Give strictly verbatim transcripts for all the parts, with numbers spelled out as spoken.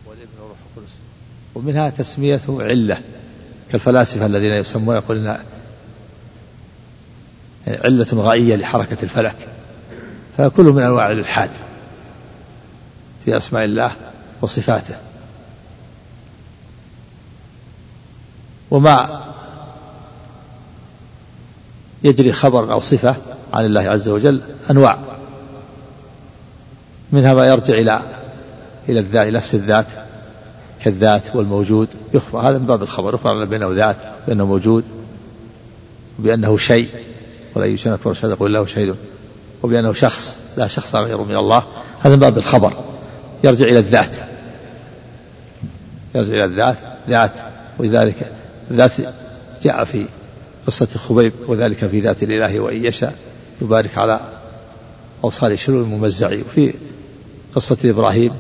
والابن والروح القدس. ومنها تسميته علة كالفلاسفة الذين يسمون يقول إنها علة غائية لحركة الفلك، فكل من أنواع الإلحاد في أسماء الله وصفاته. وما يجري خبر أو صفة عن الله عز وجل أنواع، منها ما يرجع إلى إلى الذات، نفس الذات كالذات والموجود، يخبر هذا من باب الخبر، يخبر بأنه ذات، بأنه موجود، وبأنه شيء ولا يشاء أكبر شهادة يقول له شهيد، وبأنه شخص لا شخص غير من الله، هذا من باب الخبر يرجع إلى الذات، يرجع إلى الذات ذات. ولذلك ذات جاء في قصة خبيب وذلك في ذات الإله وإن يشاء يبارك على أوصال شلول الممزع. وفي قصة إبراهيم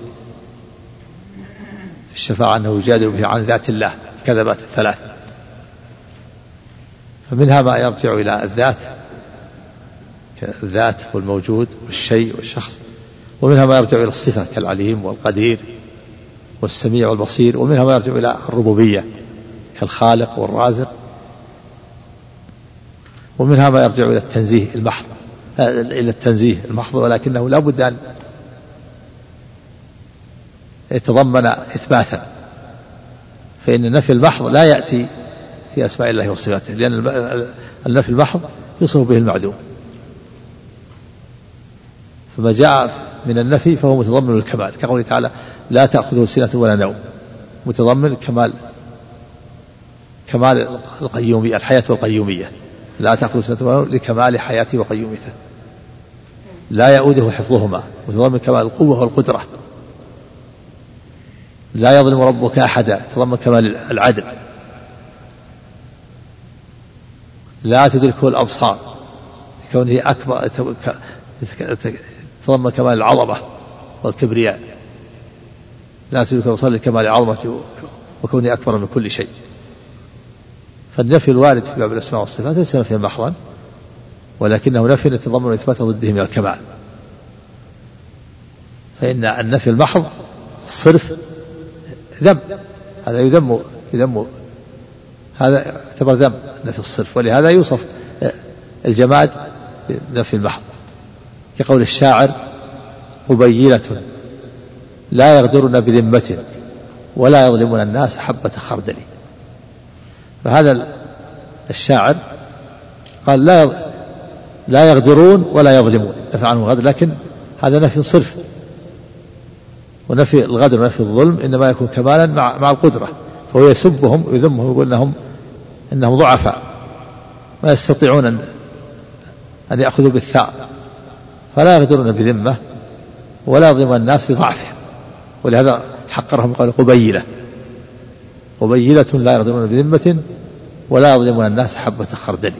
في الشفاعة أنه يجادل به عن ذات الله كذبات الثلاث. فمنها ما يرجع إلى الذات الذات والموجود والشيء والشخص، ومنها ما يرجع إلى الصفة كالعليم والقدير والسميع والبصير، ومنها ما يرجع إلى الربوبية كالخالق والرازق، ومنها ما يرجع إلى التنزيه المحض إلى التنزيه المحض ولكنه لا بد أن يتضمن إثباتا، فإن النفي المحض لا يأتي في أسماء الله وصفاته، لأن النفي المحض يوصف به المعدوم، فما جاء من النفي فهو متضمن الكمال، كقوله تعالى لا تأخذه سنة ولا نوم، متضمن كمال كمال القيومية الحياة والقيومية، لا تأخذه سنة ولا نوم لكمال حياته وقيوميته. لا يؤوده حفظهما، متضمن كمال القوة والقدرة. لا يظلم ربك أحدا، تضمن كمال العدل. لا تدركه الأبصار لكونه أكبر، تضمن كمال العظمة والكبرياء. لا تدركه الأبصار لكمال عظمته وكونه أكبر من كل شيء. فالنفي الوارد في باب الأسماء والصفات ليس نفيا محضا، ولكنه نفي يتضمن إثبات ضده من الكمال. فإن النفي المحض الصرف ذم، هذا يذم يذم هذا يعتبر ذم نفي الصرف، ولهذا يوصف الجماد بنفي المحض، كقول الشاعر قبيلة لا يغدرون بذمة ولا يظلمون الناس حبة خردل. فهذا الشاعر قال لا لا يغدرون ولا يظلمون، نفى عنه الغدر، لكن هذا نفي صرف، ونفي الغدر ونفي الظلم إنما يكون كمالا مع مع القدرة، فهو يسبهم ويذمهم ويقول إنهم إنهم ضعفاء ما يستطيعون أن أن يأخذوا بالثاء، فلا يغدرون بذمة ولا يظلمون الناس لضعفهم، ولهذا حقرهم قال قبيلة قبيلة لا يغدرون بذمة ولا يظلمون الناس حبة خردل.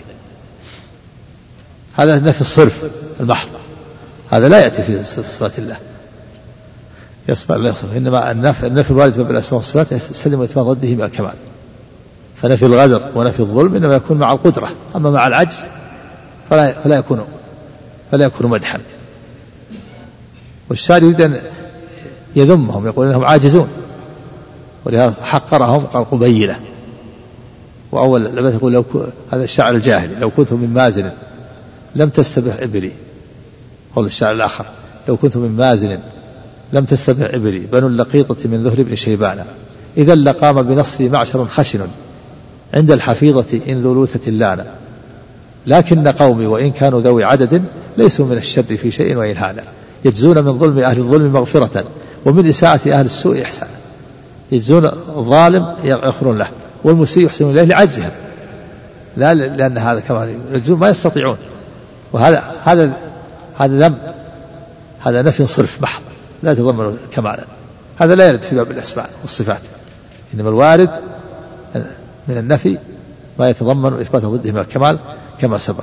هذا نفي الصرف المحض، هذا لا يأتي في صفات الله يصبح لا يصف، إنما النفي النفي الوارد في الأسماء والصفات يستلزم إثبات ضده من الكمال. فنفي الغدر ونفي الظلم إنما يكون مع القدرة، أما مع العجز فلا فلا يكون فلا يكون مدحا. والشاعر يريد أن يذمهم يقول إنهم عاجزون، ولهذا حقرهم قال قبيلة. وأول لما يقول لو هذا الشاعر الجاهلي لو كنت من مازن لم تستبح إبلي، قول الشاعر الآخر لو كنت من مازن لم تستبح إبلي بنو اللقيطة من ذهر بن شيبان، إذا لقام بنصري معشر خشن عند الحفيظة إن ذلوثة لانا، لكن قومي وإن كانوا ذوي عدد ليسوا من الشر في شيء وإن هانا، يجزون من ظلم أهل الظلم مغفرة ومن إساءة أهل السوء إحسانا. يجزون الظالم يغفرون له والمسيء يحسنون إليه لعجزهم، لا لأن هذا كما يجزون ما يستطيعون. وهذا هذا هذا ذم، هذا نفي صرف محض لا يتضمن كمالا، هذا لا يرد في باب الأسماء والصفات، إنما الوارد من النفي ما يتضمن إثبات ضده من الكمال كما سبق.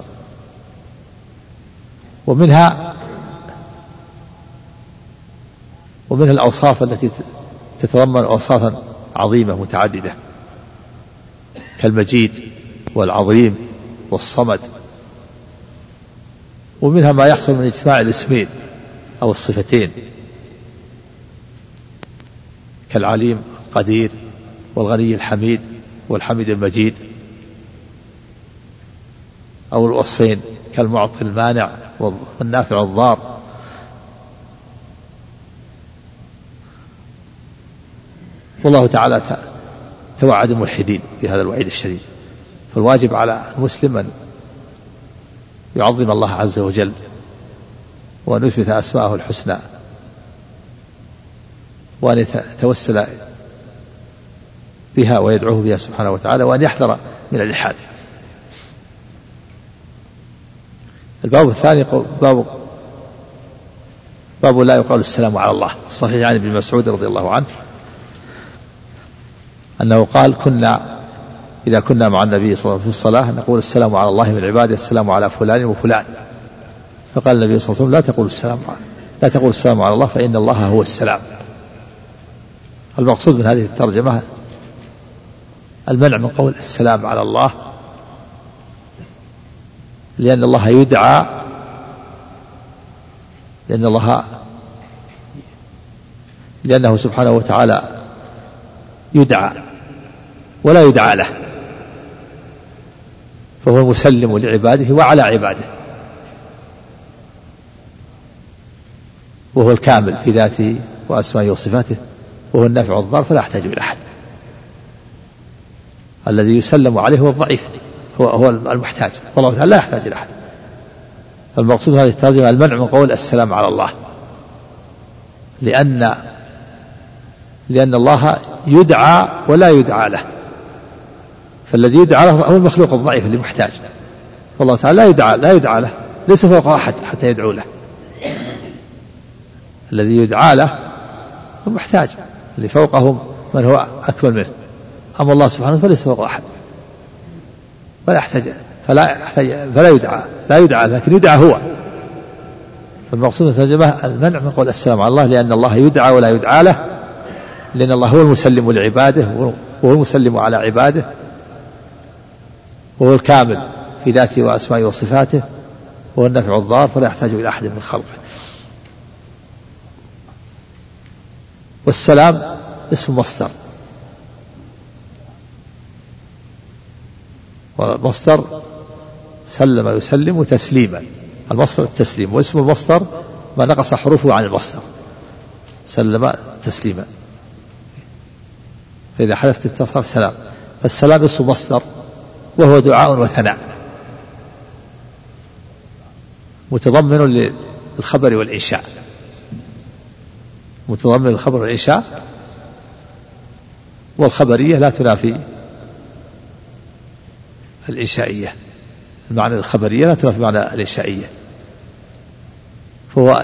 ومنها ومنها الأوصاف التي تتضمن أوصافا عظيمة متعددة كالمجيد والعظيم والصمد. ومنها ما يحصل من اجتماع الاسمين أو الصفتين كالعليم القدير والغني الحميد والحميد المجيد، أو الوصفين كالمعطي المانع والنافع الضار. والله تعالى توعد الملحدين بهذا الوعيد الشديد، فالواجب على المسلم أن يعظم الله عز وجل وأن يثبت أسماءه الحسنى وأن يتوسل بها ويدعوه بها سبحانه وتعالى، وأن يحذر من الإلحاد. الباب الثاني باب باب لا يقال السلام على الله. صحيح عن ابن مسعود رضي الله عنه أنه قال كنا إذا كنا مع النبي صلى الله عليه وسلم في الصلاة نقول السلام على الله من عباده، السلام على فلان وفلان. فقال النبي صلى الله عليه وسلم لا تقول السلام لا تقول السلام على الله فإن الله هو السلام. المقصود من هذه الترجمة المنع من قول السلام على الله، لأن الله يدعى لأن الله لأنه سبحانه وتعالى يدعى ولا يدعى له، فهو المسلم لعباده وعلى عباده، وهو الكامل في ذاته وأسمائه وصفاته، وهو النافع الضار فلا يحتاج إلى أحد. الذي يسلم عليه هو الضعيف، هو هو المحتاج، والله تعالى لا يحتاج إلى أحد. فالمقصود هذه الترجمة المنع من قول السلام على الله، لأن لأن الله يدعى ولا يدعى له، فالذي يدعى له هو المخلوق الضعيف اللي محتاج، والله تعالى لا يدعى لا يدعى له، ليس فوق أحد حتى يدعو له. الذي يدعى له هو محتاج، اللي فوقهم من هو أكمل منه، أما الله سبحانه وتعالى فليس فوق أحد ولا يحتاج فلا يحتاج فلا يدعى لا يدعى لكن يدعى هو. فالمقصود الترجمة المنع من قول السلام على الله، لأن الله يدعى ولا يدعى له، لأن الله هو المسلم لعباده وهو المسلم على عباده، وهو الكامل في ذاته وأسمائه وصفاته، وهو النافع الضار فلا يحتاج إلى أحد من خلقه. والسلام اسم مصدر، ومصدر سلم يسلم تسليما، المصدر التسليم، واسم المصدر ما نقص حروفه عن المصدر، سلم تسليما، فإذا حذفت التصرف سلام. فالسلام اسم مصدر وهو دعاء وثناء متضمن للخبر والإنشاء، متضمن للخبر والإنشاء، والخبرية لا تنافي الإنشائية، المعنى الخبرية لا تنافي معنى الإنشائية، فهو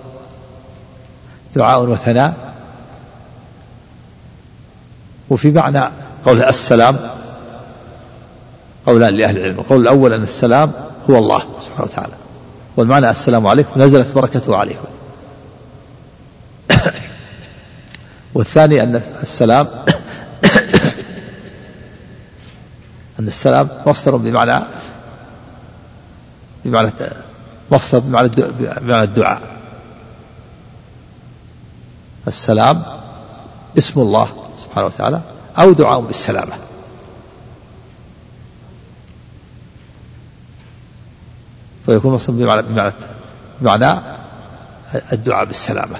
دعاء وثناء. وفي معنى قول السلام قولان لأهل العلم، القول الأول أن السلام هو الله سبحانه وتعالى، والمعنى السلام عليكم نزلت بركته عليكم. والثاني أن السلام أن السلام مصدر بمعنى بمعنى مصدر بمعنى بمعنى الدعاء. السلام اسم الله سبحانه وتعالى أو دعاء بالسلامة، فيكون مصدر بمعنى بمعنى بمعنى الدعاء بالسلامة،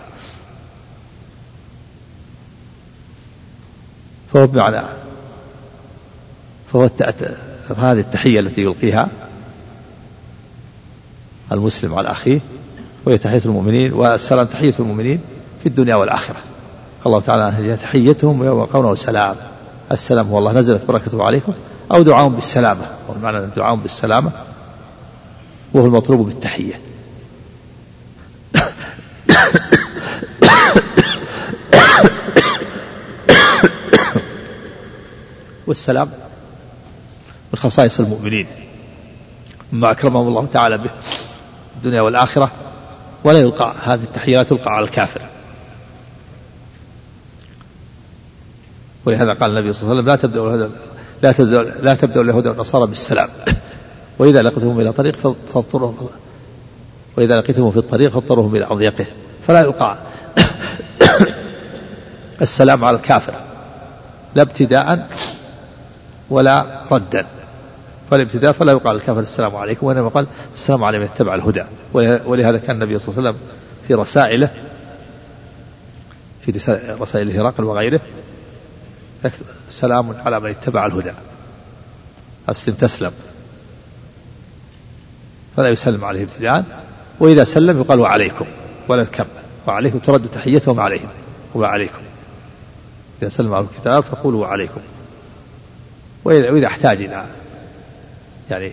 فهو بمعنى فهو هذه التحية التي يلقيها المسلم على أخيه، وهي تحية المؤمنين، والسلام تحية المؤمنين في الدنيا والآخرة. الله تعالى تحيتهم يوم يلقونه سلام، السلام هو الله نزلت بركته عليكم، أو دعاء بالسلامة، والمعنى دعاء بالسلامة وهو المطلوب بالتحية. والسلام من خصائص المؤمنين مما أكرمهم الله تعالى به الدنيا والآخرة، ولا يلقى هذه التحية لا تلقى على الكافر. ولهذا قال النبي صلى الله عليه وسلم لا تبدأ لا تبدأ لا تبدأ اليهود والنصارى بالسلام، وإذا لقيتهم إلى طريق فاضطرهم وإذا لقيتهم في الطريق فاضطرهم إلى أضيقه، فلا يلقى السلام على الكافر لا ابتداء ولا ردا. فالابتداء فلا يقال الكافر السلام عليكم، وإنما قال السلام على من اتبع الهدى. ولهذا كان النبي صلى الله عليه وسلم في رسائله في رسائل هرقل وغيره سلام على من اتبع الهدى، أسلم تسلم، فلا يسلم عليه ابتداء، وإذا سلم يقال وعليكم ولا يكمل، وعليكم ترد تحيتهم عليهم وعليكم. إذا سلم على الكتاب فقولوا وعليكم. وإذا احتاج إلى يعني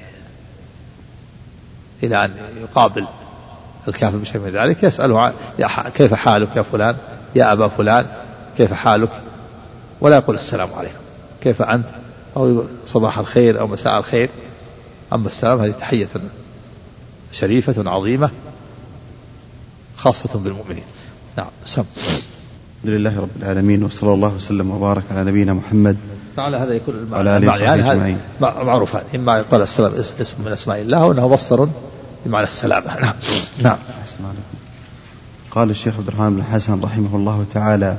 إلى أن يقابل الكافر بشيء من ذلك يسأله كيف حالك يا فلان يا أبا فلان كيف حالك، ولا يقول السلام عليكم كيف أنت، أو يقول صباح الخير أو مساء الخير. أما السلام هذه تحية شريفة عظيمة خاصة بالمؤمنين. نعم. سم. الحمد لله رب العالمين، وصلى الله وسلم وبارك على نبينا محمد تعالى. هذا يكون وعلى آله وصحبه أجمعين. معروف إما يقال السلام اسم من أسماء الله وأنه مصدر بمعنى السلامة. نعم. نعم. قال الشيخ عبد الرحمن بن حسن رحمه الله تعالى،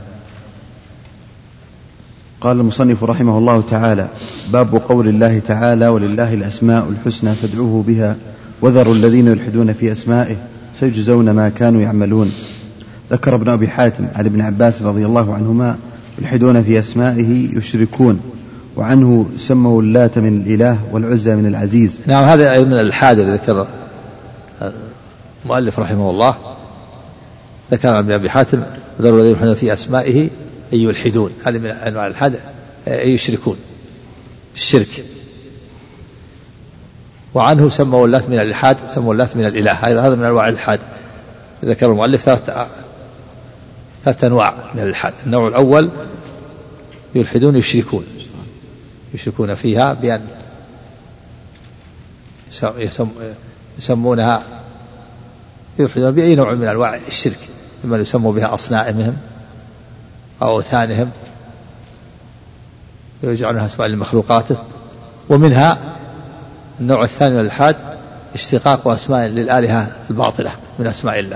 قال المصنف رحمه الله تعالى: باب قول الله تعالى: ولله الأسماء الحسنى فادعوه بها وذروا الذين يلحدون في أسمائه سيجزون ما كانوا يعملون. ذكر ابن أبي حاتم عن ابن عباس رضي الله عنهما: يلحدون في أسمائه يشركون، وعنه سموا اللات من الإله والعزى من العزيز. نعم. هذا من الإلحاد الذي ذكر المؤلف رحمه الله. ذكر عن ابن أبي حاتم: ذروا الذين يلحدون في أسمائه أي يلحدون، هذه من أنواع الإلحاد، يشركون الشرك. وعنه سموا اللات من الإلحاد، سموا اللات من الإله، هذا من أنواع الإلحاد. ذكر المؤلف ثلاثة ثلاثة أنواع من الإلحاد. النوع الأول يلحدون يشركون يشركون فيها بأن يسمونها يلحدون بأي نوع من أنواع الشرك، إما يسموا بها أصنامهم أو أوثانهم ويجعلونها أسماء لمخلوقاته. ومنها النوع الثاني من الإلحاد اشتقاق أسماء للآلهة الباطلة من أسماء الله،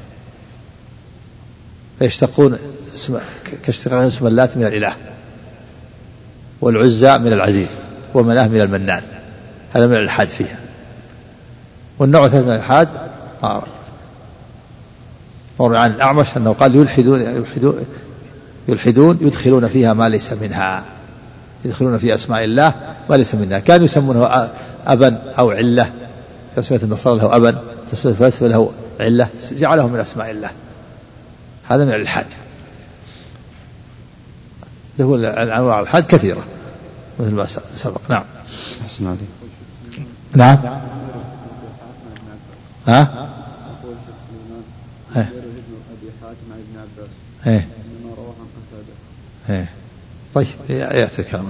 فيشتقون كاشتقاق اسم اللات من الإله والعزى من العزيز ومناه من المنان، هذا من الإلحاد فيها. والنوع الثالث من الإلحاد مر عن الأعمش أنه قال يلحدون يلحدون يلحدون يدخلون فيها ما ليس منها، يدخلون في أسماء الله ما ليس منها. كانوا يسمونه أبا أو علة، تسمية النصارى له أبا، تسمية الفلاسفة له علة، جعلهم من أسماء الله. هذا من الإلحاد. تقول أنواع الإلحاد كثيرة مثل ما سبق. نعم. أحسن عليك. نعم. ها؟ ايه ايه طيب يأتي الكلام.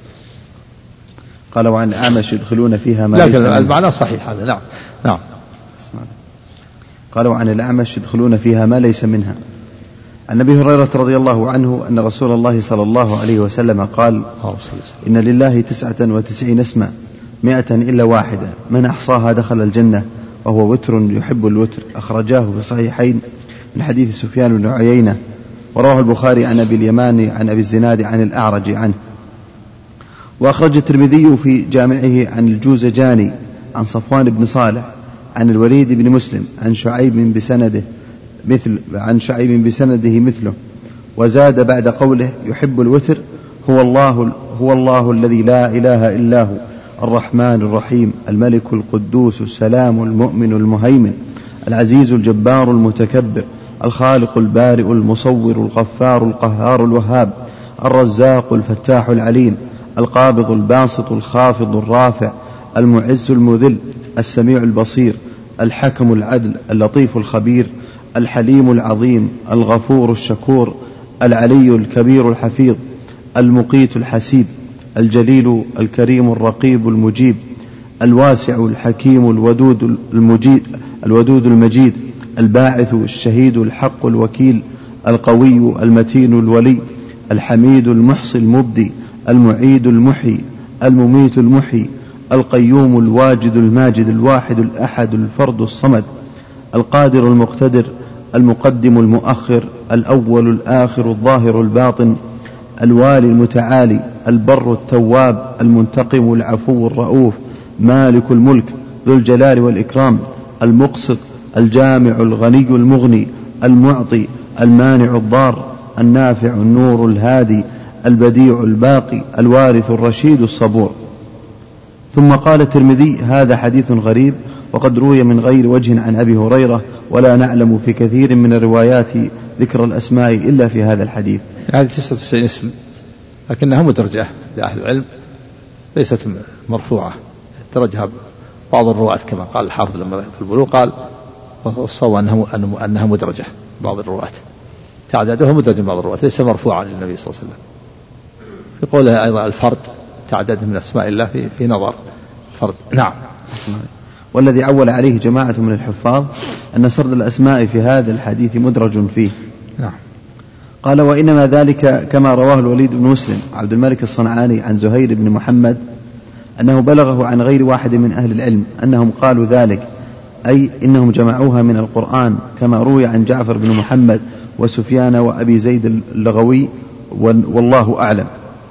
قال: وعن الأعمش يدخلون فيها ما ليس منها. المعنى صحيح هذا. نعم. نعم. قال: وعن الأعمش يدخلون فيها ما ليس منها. عن أبي هريرة رضي الله عنه أن رسول الله صلى الله عليه وسلم قال: إن لله تسعة وتسعين اسما مئة إلا واحدة، من أحصاها دخل الجنة وهو وتر يحب الوتر. أخرجاه في صحيحين من حديث سفيان بن عيينة، ورواه البخاري عن أبي اليمان عن أبي الزناد عن الأعرج عنه. وأخرج الترمذي في جامعه عن الجوزجاني عن صفوان بن صالح عن الوليد بن مسلم عن شعيب بسنده مثل عن شعيب بسنده مثله، وزاد بعد قوله يحب الوتر: هو الله هو الله الذي لا إله إلا هو الرحمن الرحيم الملك القدوس السلام المؤمن المهيمن العزيز الجبار المتكبر الخالق البارئ المصور الغفار القهار الوهاب الرزاق الفتاح العليم القابض الباسط الخافض الرافع المعز المذل السميع البصير الحكم العدل اللطيف الخبير الحليم العظيم الغفور الشكور العلي الكبير الحفيظ المقيت الحسيب الجليل الكريم الرقيب المجيب الواسع الحكيم الودود المجيد الودود المجيد الباعث الشهيد الحق الوكيل القوي المتين الولي الحميد المحصي المبدي المعيد المحيي المميت المحيي القيوم الواجد الماجد الواحد الأحد الفرد الصمد القادر المقتدر المقدم المؤخر الأول الآخر الظاهر الباطن الوالي المتعالي البر التواب المنتقم العفو الرؤوف مالك الملك ذو الجلال والإكرام المقسط الجامع الغني المغني المعطي المانع الضار النافع النور الهادي البديع الباقي الوارث الرشيد الصبور. ثم قال الترمذي هذا حديث غريب وقد روي من غير وجه عن أبي هريرة ولا نعلم في كثير من الروايات ذكر الأسماء إلا في هذا الحديث. هذه تسعة وتسعين اسم لكنها مدرجة لأهل العلم ليست مرفوعة، درجها بعض الرواة كما قال الحافظ لما في البلوغ قال والصواب أنها, أنها مدرجة بعض الرواة، تعدادها مدرج بعض الرواة ليس مرفوعا للنبي صلى الله عليه وسلم. في قولها أيضا الفرد تعداد من أسماء الله في, في نظر الفرد. نعم. والذي عول عليه جماعة من الحفاظ أن سرد الأسماء في هذا الحديث مدرج فيه. نعم. قال وإنما ذلك كما رواه الوليد بن مسلم عبد الملك الصنعاني عن زهير بن محمد أنه بلغه عن غير واحد من أهل العلم أنهم قالوا ذلك، أي إنهم جمعوها من القرآن كما روي عن جعفر بن محمد وسفيان وأبي زيد اللغوي والله أعلم.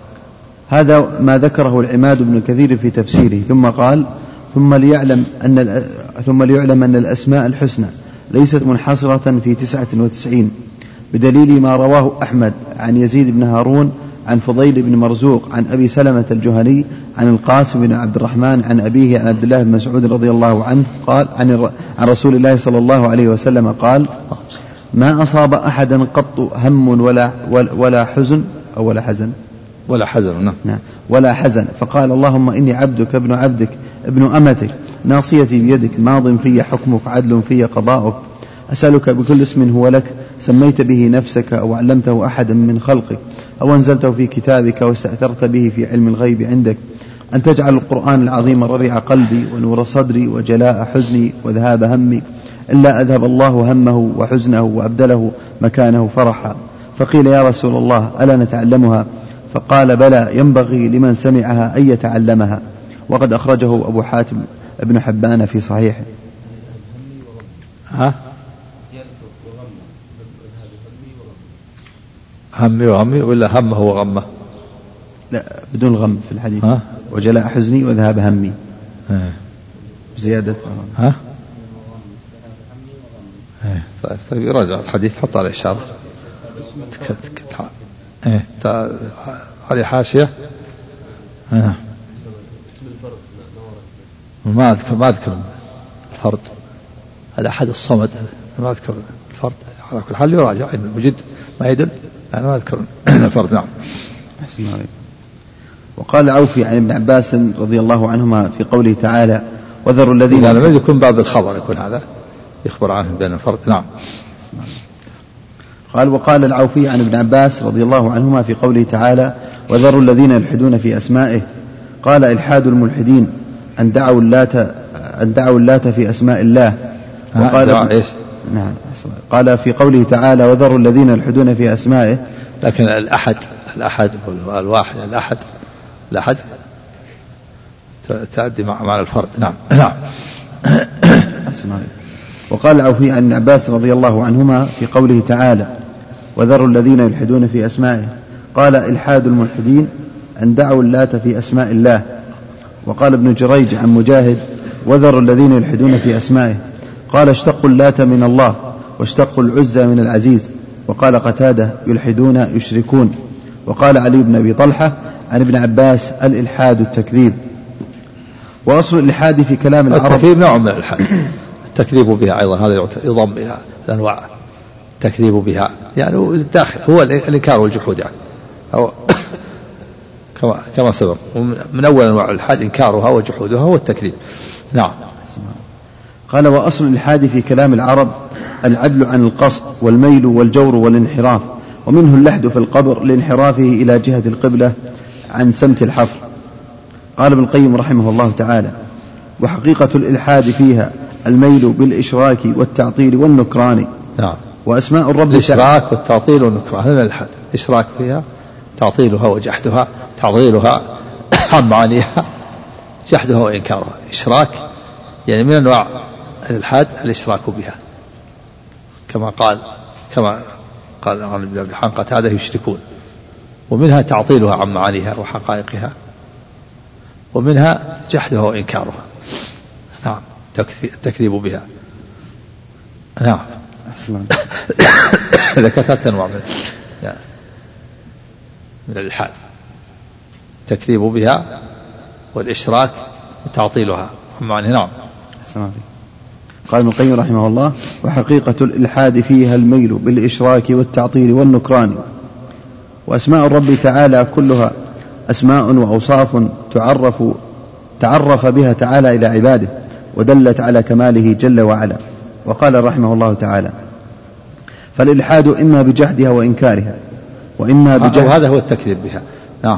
هذا ما ذكره العماد بن كثير في تفسيره. ثم قال ثم ليعلم أن ثم ليعلم أن الأسماء الحسنى ليست منحصرة في تسعة وتسعين بدليل ما رواه أحمد عن يزيد بن هارون عن فضيل بن مرزوق عن أبي سلمة الجهني عن القاسم بن عبد الرحمن عن أبيه عن عبد الله بن مسعود رضي الله عنه قال عن عن رسول الله صلى الله عليه وسلم قال ما أصاب أحدا قط هم ولا ولا حزن أو ولا حزن ولا حزن نعم ولا حزن فقال اللهم إني عبدك ابن عبدك ابن أمتك ناصيتي بيدك ماض في حكمك عدل في قضاؤك أسألك بكل اسم هو لك سميت به نفسك أو علمته أحدا من خلقك أو أنزلته في كتابك واستأثرت به في علم الغيب عندك أن تجعل القرآن العظيم ربيع قلبي ونور صدري وجلاء حزني وذهاب همي إلا أذهب الله همه وحزنه وأبدله مكانه فرحا. فقيل يا رسول الله ألا نتعلمها؟ فقال بلى ينبغي لمن سمعها أن يتعلمها. وقد أخرجه أبو حاتم ابن حبان في صحيحه. ها؟ همي وغمي ولا همه وغمه؟ لا بدون غم في الحديث. ها؟ وجلاء حزني وذهاب همي. ها؟ زيادة. ها؟ طيب طيب راجع الحديث حط على إشارة. إيه هذه حاشية. ها. ما أذكر ما أذكر الفرد الأحد الصمد ما أذكر الفرد على كل حال يراجع إن وجد ما يدل أنا ما أذكر الفرد. نعم. وقال عوفي عن ابن عباس رضي الله عنهما في قوله تعالى وذروا الذين لا لا يكون باب الخبر يكون هذا يخبر عنه بين الفرد. نعم. قال وقال العوفي عن ابن عباس رضي الله عنهما في قوله تعالى وذروا الذين يلحدون في أسمائه قال إلحاد الملحدين أن دعوا اللات أن دعوا اللات في أسماء الله. وقال إيش؟ نعم. قال في قوله تعالى وذروا الذين يلحدون في أسمائه لكن الأحد الأحد والواحد الأحد الأحد تأدي مع مع الفرد. نعم. نعم. وقال العوفي عن ابن عباس رضي الله عنهما في قوله تعالى وذروا الذين يلحدون في أسمائه قال إلحاد الملحدين أن دعوا اللات في أسماء الله. وقال ابن جريج عن مجاهد وذروا الذين يلحدون في أسمائه قال اشتقوا اللات من الله واشتقوا العزى من العزيز. وقال قتادة يلحدون يشركون. وقال علي بن أبي طلحة عن ابن عباس الإلحاد التكذيب. وأصل الإلحاد في كلام العرب التكذيب نوع من الإلحاد التكذيب بها أيضا هذا يضم إلى الأنواع التكذيب بها يعني الداخل هو الإنكار والجحود يعني أو كما كما سبق من أول أنواع الإلحاد إنكارها وجحودها هو التكذيب. نعم. قال وأصل الإلحاد في كلام العرب العدل عن القصد والميل والجور والانحراف ومنه اللحد في القبر لانحرافه إلى جهة القبلة عن سمت الحفر. قال ابن القيم رحمه الله تعالى وحقيقة الإلحاد فيها الميل بالإشراك والتعطيل والنكران. نعم. وأسماء الرب الإشراك والتعطيل والنكران هذا الإلحاد إشراك فيها تعطيلها وجحدها تعطيلها عن معانيها جحدها وإنكارها. إشراك يعني من أنواع الإلحاد الإشراك بها كما قال كما قال ابن أبي حنقة هذا يشركون. ومنها تعطيلها عن معانيها وحقائقها، ومنها جحدها وإنكارها. نعم التكذيب بها. نعم ذكرت أنواع من من الإلحاد، التكذيب بها والإشراك وتعطيلها عن معانيها. نعم. قال ابن القيم رحمه الله: وحقيقة الإلحاد فيها الميل بالإشراك والتعطيل والنكران. وأسماء الرب تعالى كلها أسماء وأوصاف تعرف تعرف بها تعالى إلى عباده ودلت على كماله جل وعلا. وقال رحمه الله تعالى: فالإلحاد إما بجحدها وإنكارها وإما بجحد، وهذا هو التكذيب بها. نعم.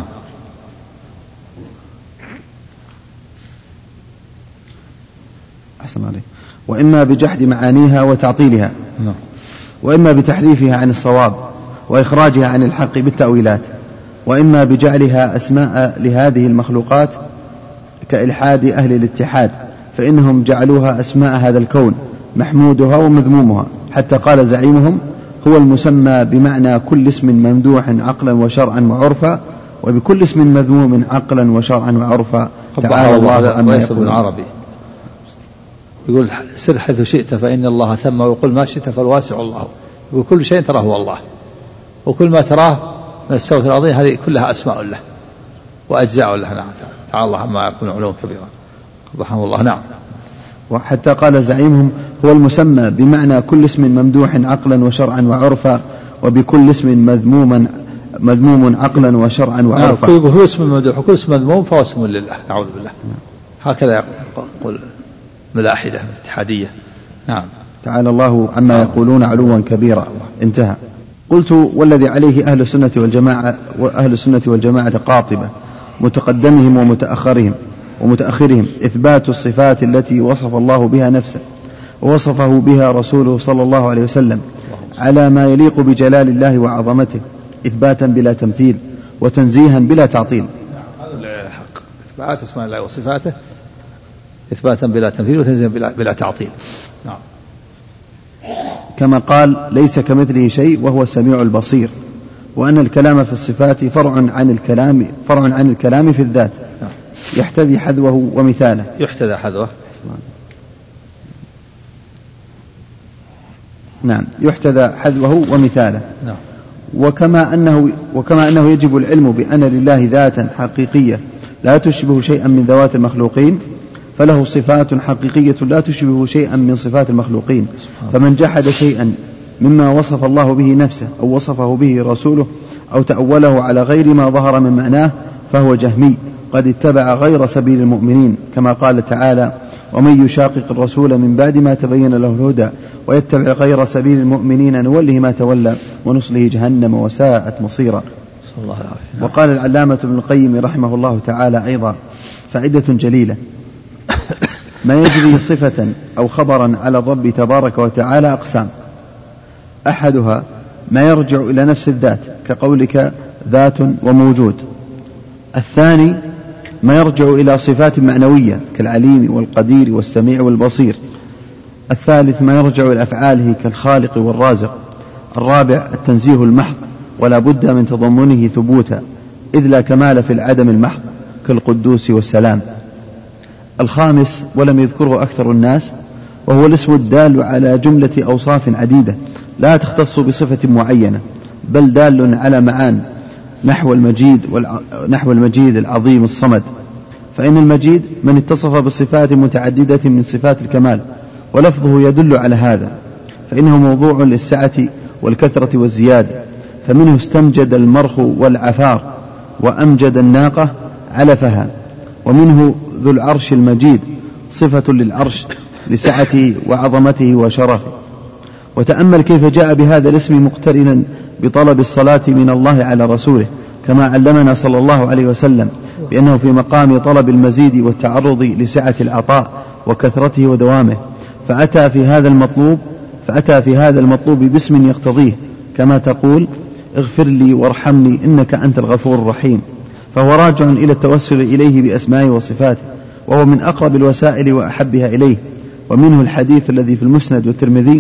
أحسن عليك. وإما بجحد معانيها وتعطيلها، نعم. وإما بتحريفها عن الصواب وإخراجها عن الحق بالتأويلات، وإما بجعلها أسماء لهذه المخلوقات كإلحاد أهل الاتحاد، فإنهم جعلوها أسماء هذا الكون محمودها ومذمومها، حتى قال زعيمهم: هو المسمى بمعنى كل اسم ممدوح عقلا وشرعا وعرفا، وبكل اسم مذموم عقلا وشرعا وعرفا. تعالى الله عما يقول العربي. يقول: سر حيث شئت فإن الله ثم، ويقول ما شئت فالواسع الله. يقول كل شيء تراه هو الله، وكل ما تراه من السوء العظيم هذه كلها أسماء له وأجزاء له. نعم. تعالى الله عما يقول علوا كبيرا. رحمه الله. نعم. وحتى قال زعيمهم: هو المسمى بمعنى كل اسم ممدوح عقلا وشرعا وعرفا، وبكل اسم مذموما مذموم عقلا وشرعا وعرفا. نعم. كل اسم ممدوح وكل اسم مذموم فهو اسم لله. نعوذ بالله. هكذا يقول ملاحدة الاتحادية. نعم. تعالى الله عما يقولون علوا كبيرا. انتهى. قلت: والذي عليه أهل السنة والجماعة وأهل السنة والجماعة قاطبة متقدمهم ومتأخرهم ومتأخرهم إثبات الصفات التي وصف الله بها نفسه ووصفه بها رسوله صلى الله عليه وسلم على ما يليق بجلال الله وعظمته، إثباتا بلا تمثيل وتنزيها بلا تعطيل. هذا الحق، إثبات اسماء الله وصفاته إثباتا بلا تمثيل وتنزيها بلا, بلا تعطيل. نعم. كما قال: ليس كمثله شيء وهو السميع البصير، وأن الكلام في الصفات فرع عن الكلام فرع عن الكلام في الذات. نعم. يحتذي حذوه ومثاله. يحتذى حذوه. نعم. يحتذى حذوه ومثاله. نعم. وكما أنه وكما أنه يجب العلم بأن لله ذاتا حقيقية لا تشبه شيئا من ذوات المخلوقين، فله صفات حقيقية لا تشبه شيئا من صفات المخلوقين. فمن جحد شيئا مما وصف الله به نفسه أو وصفه به رسوله أو تأوله على غير ما ظهر من معناه فهو جهمي قد اتبع غير سبيل المؤمنين، كما قال تعالى: ومن يشاقق الرسول من بعد ما تبين له الهدى ويتبع غير سبيل المؤمنين نوله ما تولى ونصله جهنم وساءت مصيرا. وقال العلامة ابن القيم رحمه الله تعالى أيضا فائدة جليلة: ما يجري صفة أو خبرا على الرب تبارك وتعالى أقسام: أحدها ما يرجع إلى نفس الذات كقولك ذات وموجود. الثاني ما يرجع إلى صفات معنوية كالعليم والقدير والسميع والبصير. الثالث ما يرجع إلى أفعاله كالخالق والرازق. الرابع التنزيه المحض ولا بد من تضمنه ثبوتا، إذ لا كمال في العدم المحض كالقدوس والسلام. الخامس ولم يذكره أكثر الناس وهو الاسم الدال على جملة أوصاف عديدة لا تختص بصفة معينة، بل دال على معان نحو المجيد والع... نحو المجيد العظيم الصمد. فإن المجيد من اتصف بصفات متعددة من صفات الكمال، ولفظه يدل على هذا، فإنه موضوع للسعة والكثرة والزيادة. فمنه استمجد المرخ والعفار وأمجد الناقة علفها. ومنه ذو العرش المجيد صفة للعرش لسعته وعظمته وشرفه. وتأمل كيف جاء بهذا الاسم مقترنا بطلب الصلاة من الله على رسوله، كما علمنا صلى الله عليه وسلم بأنه في مقام طلب المزيد والتعرض لسعة العطاء وكثرته ودوامه، فأتى في هذا المطلوب فأتى في هذا المطلوب باسم يقتضيه، كما تقول: اغفر لي وارحمني إنك أنت الغفور الرحيم. فهو راجع إلى التوسل إليه بأسمائه وصفاته، وهو من أقرب الوسائل وأحبها إليه. ومنه الحديث الذي في المسند والترمذي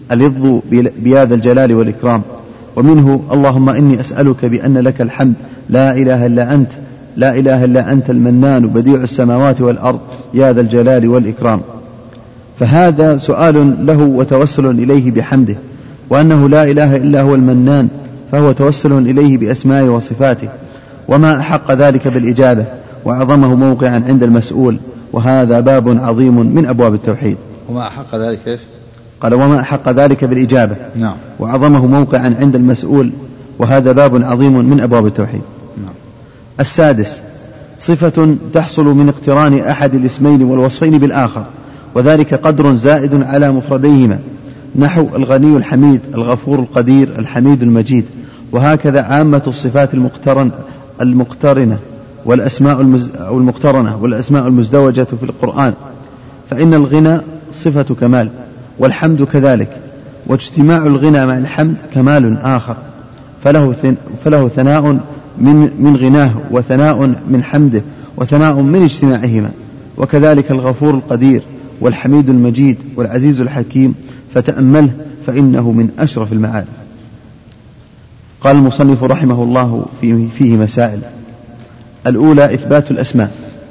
ألظ بيا ذا الجلال والإكرام. ومنه اللهم إني أسألك بأن لك الحمد لا إله إلا أنت لا إله إلا أنت المنان بديع السماوات والأرض يا ذا الجلال والإكرام. فهذا سؤال له وتوسل إليه بحمده، وأنه لا إله إلا هو المنان فهو توسل إليه بأسمائه وصفاته، وما أحق ذلك بالإجابة وأعظمه موقعا عند المسؤول، وهذا باب عظيم من أبواب التوحيد. وما أحق ذلك إيش؟ قال وما أحق ذلك بالإجابة نعم. وأعظمه موقعا عند المسؤول، وهذا باب عظيم من أبواب التوحيد. نعم. السادس صفة تحصل من اقتران أحد الاسمين والوصفين بالآخر، وذلك قدر زائد على مفرديهما، نحو الغني الحميد، الغفور القدير، الحميد المجيد. وهكذا عامة الصفات المقترن المقترنة والأسماء المز أو المقترنة والأسماء المزدوجة في القرآن، فإن الغنى صفة كمال، والحمد كذلك، واجتماع الغنى مع الحمد كمال آخر، فله, فله ثناء من, من غناه، وثناء من حمده، وثناء من اجتماعهما. وكذلك الغفور القدير والحميد المجيد والعزيز الحكيم، فتأمله فإنه من أشرف المعارف. قال المصنف رحمه الله فيه, فيه مسائل. الأولى إثبات الأسماء،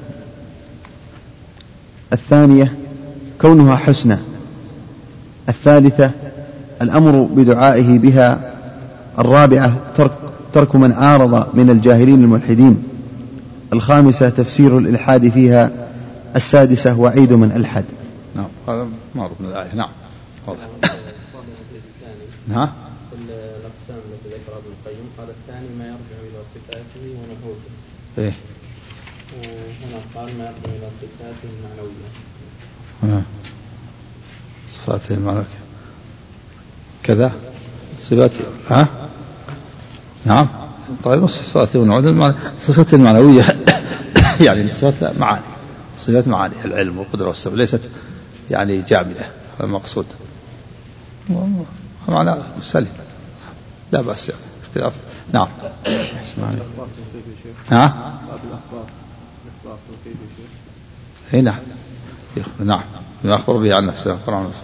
الثانية كونها حسنى، الثالثة الأمر بدعائه بها، الرابعة ترك, ترك من عارض من الجاهلين الملحدين، الخامسة تفسير الإلحاد فيها، السادسة وعيد من ألحد. نعم هذا معروف من الآية. نعم واضح. نعم كل الأقسام التي ذكرها ابن القيم قال الثاني ما يرجع إلى صفاته ونحوته. إيه هنا قال ما يرجع إلى صفاته المعنوية. هنا صفاته المعنوية كذا صفاته ها نعم طيب صفاته المعنوية صفاته المعنوية يعني صفات معاني، صفات معاني العلم والقدرة والسبب، ليست يعني جامدة. هذا المقصود، معنى سليم لا بأس يعني. اختلاف. نعم ها هنا نعم يخبر به عن نفسه يخبر عن نفسه.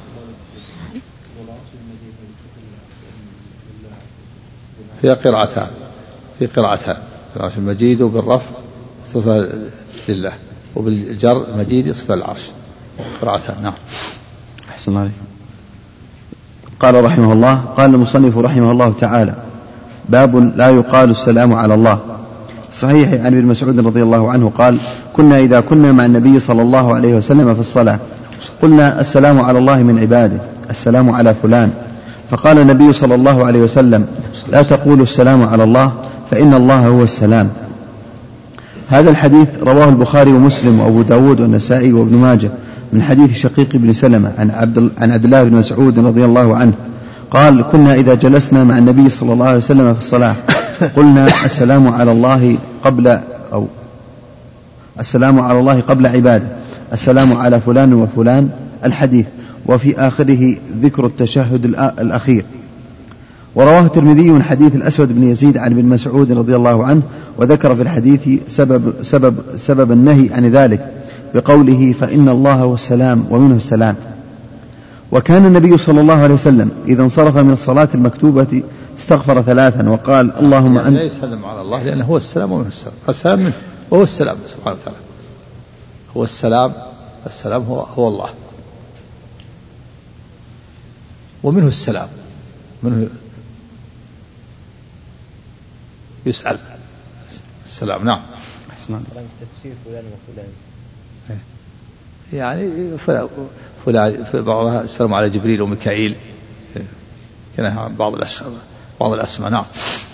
في قراءتان في قراءتان العرش المجيد وبالرفع صفة لله، وبالجر المجيد صفة العرش، قراءتان. نعم أحسن الله عليك. قال رحمه الله قال المصنف رحمه الله تعالى باب لا يقال السلام على الله. صحيح عن ابن مسعود رضي الله عنه قال كنا إذا كنا مع النبي صلى الله عليه وسلم في الصلاة قلنا السلام على الله من عباده، السلام على فلان، فقال النبي صلى الله عليه وسلم لا تقولوا السلام على الله فإن الله هو السلام. هذا الحديث رواه البخاري ومسلم وأبو داود والنسائي وابن ماجه من حديث شقيق بن سلمة عن عبد, عن عبد الله بن مسعود رضي الله عنه قال كنا إذا جلسنا مع النبي صلى الله عليه وسلم في الصلاة قلنا السلام على الله قبل أو السلام على الله قبل عباده، السلام على فلان وفلان الحديث، وفي آخره ذكر التشهد الأخير. ورواه الترمذي من حديث الأسود بن يزيد عن ابن مسعود رضي الله عنه، وذكر في الحديث سبب, سبب, سبب النهي عن ذلك بقوله فإن الله هو السلام ومنه السلام. وكان النبي صلى الله عليه وسلم إذا انصرف من الصلاة المكتوبة استغفر ثلاثا وقال اللهم أنت لا يسلم على الله لأنه هو السلام ومنه السلام، السلام منه وهو السلام سبحانه وتعالى، هو السلام، السلام هو, هو الله، ومنه السلام، منه يسأل السلام. نعم تفسير فلان وفلان يعني فلان فلان بعضها السلام على جبريل وميكائيل كان بعض الأشخاص بعض الأسماء. نعم.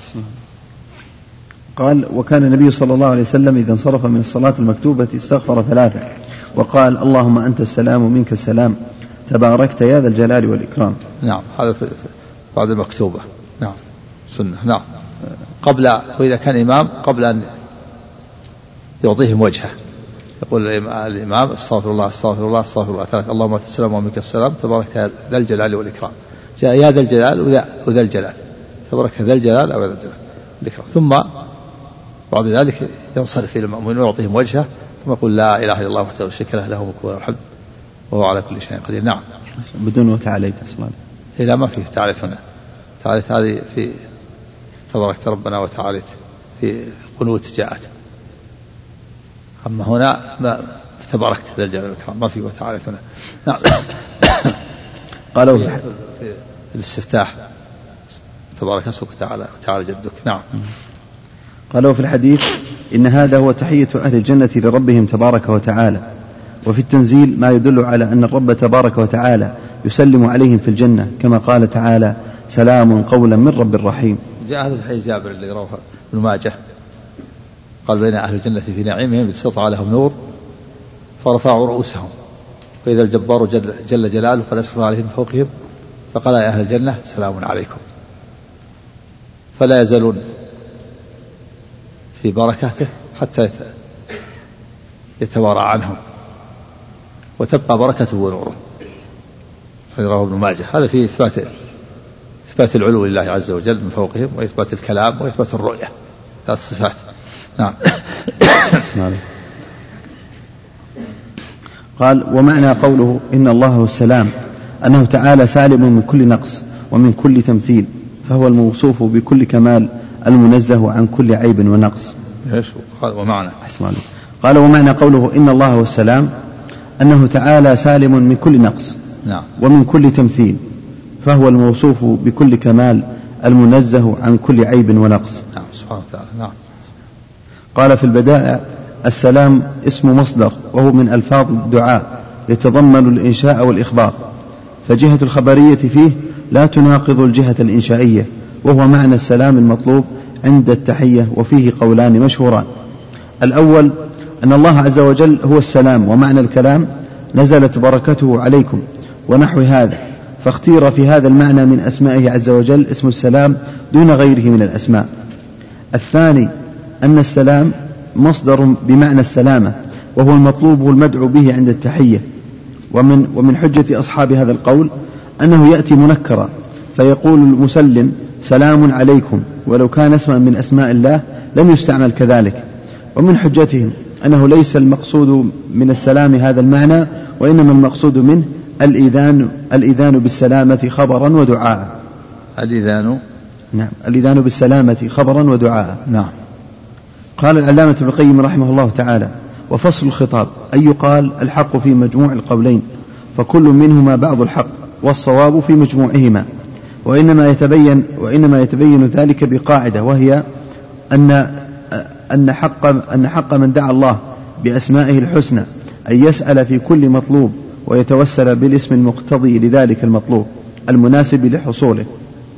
قال وكان النبي صلى الله عليه وسلم إذا انصرف من الصلاة المكتوبة استغفر ثلاثة وقال اللهم أنت السلام ومنك السلام تباركت يا ذا الجلال والإكرام. نعم هذا بعد المكتوبة. نعم سنة. نعم قبل، وإذا كان إمام قبل أن يعطيهم وجهه يقول الإمام استغفر الله استغفر الله استغفر الله ثلاث اللهم أنت السلام ومنك السلام تبارك يا ذا الجلال والإكرام، جاء يا ذا الجلال وذا الجلال، تبارك ذا الجلال أو ذا الجلال والإكرام، ثم بعد ذلك ينصرف إلى المأمون ويعطيهم وجهه ثم يقول لا إله إلا الله وحده لا شريك له له الملك وله الحمد وهو على كل شيء قدير. نعم بدون وتعاليت لا ما فيه تعاليت هنا. تعاليت هذه في تباركت ربنا وتعاليت في قنوت جاءت، أما هنا ما تباركت ذا الجلال والإكرام ما فيه وتعاليت هنا. نعم. قالوا في الاستفتاح تبارك اسمك وتعالى وتعالى جدك. نعم. قالوا في الحديث إن هذا هو تحية أهل الجنة لربهم تبارك وتعالى، وفي التنزيل ما يدل على أن الرب تبارك وتعالى يسلم عليهم في الجنة كما قال تعالى سلام قولا من رب رحيم. جاء هذا الحديث جابر اللي رواه ابن ماجه قال بين أهل الجنة في نعيمهم استطاع لهم نور فرفعوا رؤوسهم فإذا الجبار جل, جل جلاله قد أسفل عليهم من فوقهم فقال يا أهل الجنة سلام عليكم، فلا يزالون في بركاته حتى يتوارى عنهم وتبقى بركته ونوره. رواه ابن ماجه. هذا فيه إثبات إثبات العلو لله عز وجل من فوقهم وإثبات الكلام وإثبات الرؤية، ثلاث صفات. نعم. قال ومعنى قوله إن الله هو السلام أنه تعالى سالم من كل نقص ومن كل تمثيل، فهو الموصوف بكل كمال المنزه عن كل عيب ونقص. قال ومعنى قال ومعنى قوله إن الله هو السلام أنه تعالى سالم من كل نقص نعم. ومن كل تمثيل، فهو الموصوف بكل كمال المنزه عن كل عيب ونقص. نعم سبحانه وتعالى. نعم. قال في البدائع السلام اسم مصدر وهو من ألفاظ الدعاء يتضمن الإنشاء والإخبار، فجهة الخبرية فيه لا تناقض الجهة الإنشائية، وهو معنى السلام المطلوب عند التحية، وفيه قولان مشهوران. الأول أن الله عز وجل هو السلام، ومعنى الكلام نزلت بركته عليكم ونحو هذا، فاختير في هذا المعنى من أسمائه عز وجل اسم السلام دون غيره من الأسماء. الثاني أن السلام مصدر بمعنى السلامة، وهو المطلوب والمدعو به عند التحية. ومن, ومن حجة أصحاب هذا القول أنه يأتي منكرا فيقول المسلم سلام عليكم، ولو كان اسما من أسماء الله لم يستعمل كذلك. ومن حجتهم أنه ليس المقصود من السلام هذا المعنى، وإنما المقصود منه الإذان, الإذان بالسلامة خبرا ودعاء. الإذان نعم الإذان بالسلامة خبرا ودعاء. نعم. قال العلامة ابن القيم رحمه الله تعالى وفصل الخطاب أن يقال الحق في مجموع القولين، فكل منهما بعض الحق والصواب في مجموعهما، وإنما يتبين, وإنما يتبين ذلك بقاعدة، وهي أن, أن, حق أن حق من دعا الله بأسمائه الحسنى أن يسأل في كل مطلوب ويتوسل بالاسم المقتضي لذلك المطلوب المناسب لحصوله،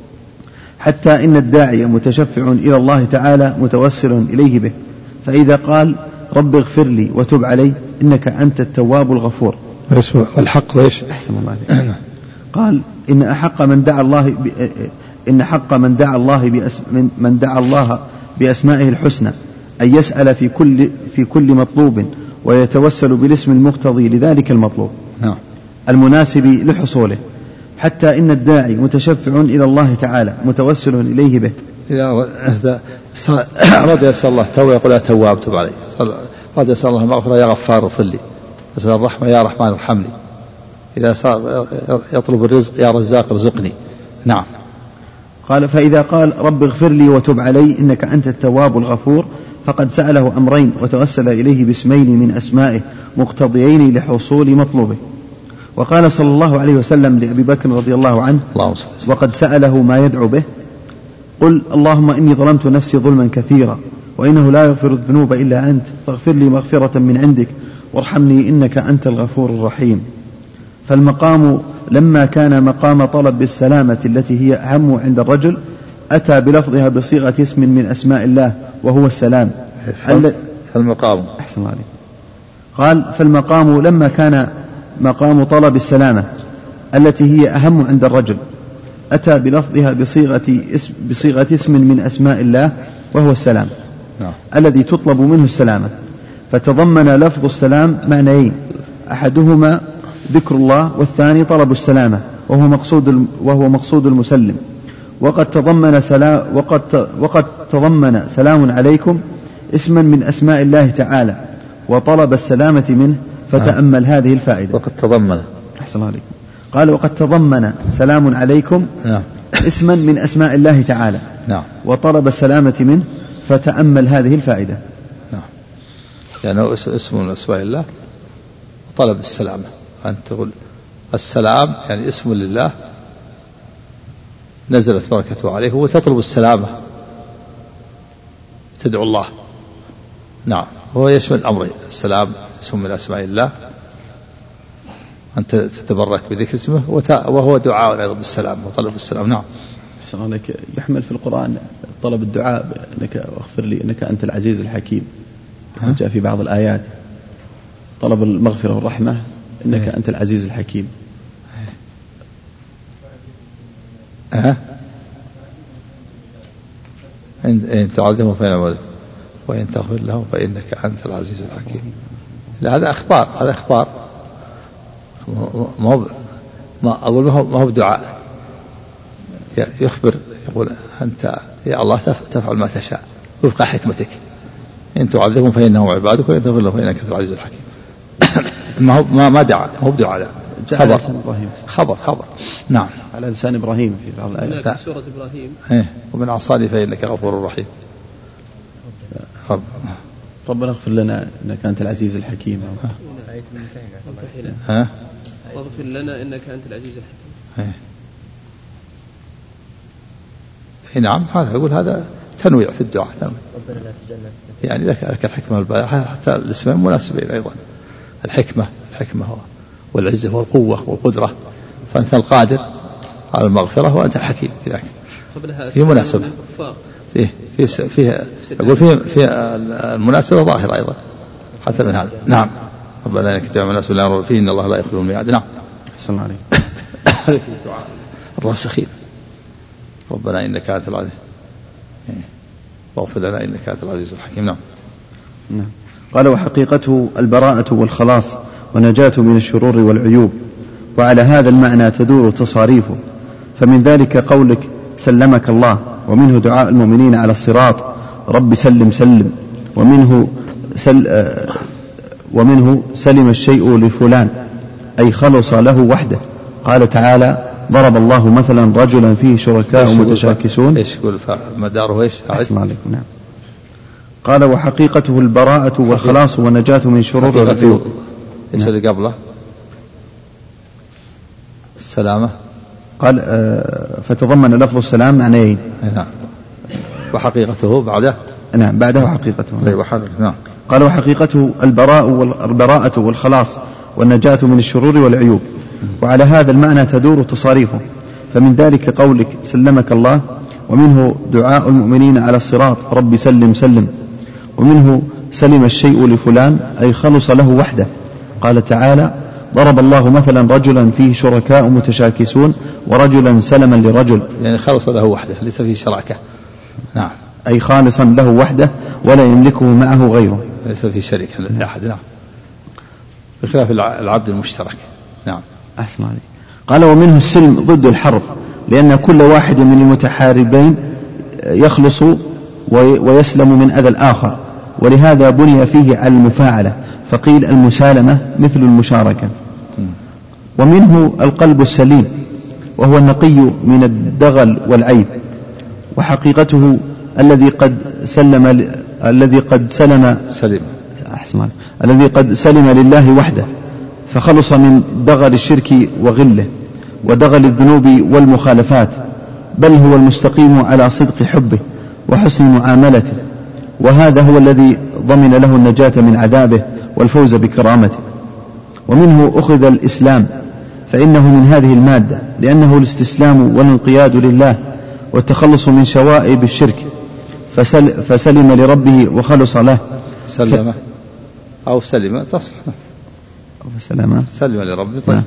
حتى إن الداعي متشفع إلى الله تعالى متوسل إليه به، فإذا قال رب اغفر لي وتب علي إنك أنت التواب الغفور. والحق وإيش؟ أحسن الله عليك. قال إن أحق من دعا الله ب... إن حق من دعا الله بأس... من دعا الله بأسمائه الحسنى أن يسأل في كل في كل مطلوب ويتوسل بالاسم المقتضي لذلك المطلوب نعم. المناسب لحصوله، حتى إن الداعي متشفع إلى الله تعالى متوسل إليه به. إذا أراد يسأل الله توبة يقول يا تواب تب علي، أراد يسأل الله المغفرة يا غفار اغفر لي، يسأل الرحمة يا رحمن ارحمني، إذا يطلب الرزق يا رزاق ارزقني. نعم. قال فإذا قال رب اغفر لي وتب علي إنك أنت التواب الغفور فقد سأله أمرين وتوسل إليه باسمين من أسمائه مقتضيين لحصول مطلوبه. وقال صلى الله عليه وسلم لأبي بكر رضي الله عنه وقد سأله ما يدعو به قل اللهم إني ظلمت نفسي ظلما كثيرا وإنه لا يغفر الذنوب إلا أنت فاغفر لي مغفرة من عندك وارحمني إنك أنت الغفور الرحيم. فالمقام لما كان مقام طلب بالسلامة التي هي أهم عند الرجل أتى بلفظها بصيغة اسم من أسماء الله وهو السلام. فالمقام أحسن الله عليك. قال فالمقام لما كان مقام طلب السلامة التي هي أهم عند الرجل أتى بلفظها بصيغة اسم, بصيغة اسم من أسماء الله وهو السلام نعم. الذي تطلب منه السلامة، فتضمن لفظ السلام معنيين، أحدهما ذكر الله والثاني طلب السلامة وهو مقصود وهو مقصود المسلم. وقد تضمن سلام وقد وقد تضمن سلام عليكم اسما من أسماء الله تعالى وطلب السلامة منه، فتأمل هذه الفائدة. وقد تضمن أحسن عليكم. قال وقد تضمن سلام عليكم نعم. اسما من أسماء الله تعالى نعم. وطلب السلامة منه، فتأمل هذه الفائدة. نعم. يعني اسم من أسماء الله وطلب السلامة، أن تقول السلام يعني اسم لله نزلت بركته عليه وتطلب السلامة تدعو الله. نعم. هو يشمل الأمر، السلام اسم من أسماء الله أن تتبرك بذكر اسمه وهو دعاء أيضا بالسلام وطلب السلام. نعم. أحسن عليك. يحمل في القرآن طلب الدعاء أنك اغفر لي أنك أنت العزيز الحكيم، جاء في بعض الآيات طلب المغفرة والرحمة إنك هي. أنت العزيز الحكيم. أه؟ إن تعذبهم فإنهم وإن تغفر لهم فإنك أنت العزيز الحكيم. لا هذا أخبار، هذا أخبار ما هو ما أقول ما هو ما هو دعاء. يخبر يقول أنت يا الله تفعل ما تشاء وفق حكمتك، إن تعذبهم فإنهم عبادك وإن تغفر لهم فإنك أنت العزيز الحكيم. ما هو ما ما دعاء، ما هو دعاء، خبر خبر خبر. نعم. على لسان إبراهيم في بعض الآيات في سورة إبراهيم. إيه ومن عصاني فإنك غفور رحيم. رب. ربنا اغفر لنا إنك أنت العزيز الحكيم. ها. واغفر لنا إنك أنت العزيز الحكيم. إيه. نعم. هذا يقول هذا تنويع في الدعاء، يعني لك الحكمة والبلاغة، حتى الاسمين مناسبين أيضا. الحكمة الحكمة والعزة والقوة والقدرة، فأنت القادر على المغفرة وأنت الحكيم كذاك. في مناسبة فيه فيه فيه أقول فيه في المناسبة ظاهرة أيضا حتى من هذا. نعم. ربنا إنك جامع الناس لا ريب فيه إن الله لا يخلف الميعاد. نعم. أحسن عليك. في الدعاء الراسخين ربنا إنك أنت العزيز واغفر لنا إنك أنت العزيز الحكيم. نعم. نعم. قال وحقيقته البراءة والخلاص ونجاة من الشرور والعيوب، وعلى هذا المعنى تدور تصاريفه، فمن ذلك قولك سلمك الله، ومنه دعاء المؤمنين على الصراط رب سلم سلم، ومنه سل ومنه سلم الشيء لفلان أي خلص له وحده. قال تعالى ضرب الله مثلا رجلا فيه شركاء متشاكسون. ايش يقول مداره ايش؟ أحسن عليكم. نعم. قال وحقيقته البراءة والخلاص والنجاة من شرور العيوب. ايش اللي قبله؟ السلامة. قال آه فتضمن لفظ السلام معنيين. نعم. وحقيقته بعده. نعم بعده حقيقته. نعم. قال وحقيقته البراء والبراءة والخلاص والنجاة من الشرور والعيوب، وعلى هذا المعنى تدور تصاريفه، فمن ذلك قولك سلمك الله، ومنه دعاء المؤمنين على الصراط رب سلم سلم، ومنه سلم الشيء لفلان أي خلص له وحده. قال تعالى ضرب الله مثلا رجلا فيه شركاء متشاكسون ورجلا سلما لرجل، يعني خلص له وحده ليس فيه شراكة. نعم. أي خالصا له وحده ولا يملكه معه غيره، ليس فيه شريك لأحد. نعم. بخلاف العبد المشترك. نعم. أحسن عليك. قال ومنه السلم ضد الحرب، لأن كل واحد من المتحاربين يخلص ويسلم من أذى الآخر، ولهذا بني فيه على المفاعلة، فقيل المسالمة مثل المشاركة. ومنه القلب السليم، وهو النقي من الدغل والعيب، وحقيقته الذي قد سلم الذي قد سلم سليم أحسن عليك. الذي قد سلم لله وحده، فخلص من دغل الشرك وغله ودغل الذنوب والمخالفات، بل هو المستقيم على صدق حبه وحسن معاملته، وهذا هو الذي ضمن له النجاة من عذابه والفوز بكرامته. ومنه أخذ الإسلام، فإنه من هذه المادة، لأنه الاستسلام والانقياد لله والتخلص من شوائب الشرك، فسل فسلم لربه وخلص له. سلم أو سلم تصح. فسلم سلم لربه. طيب.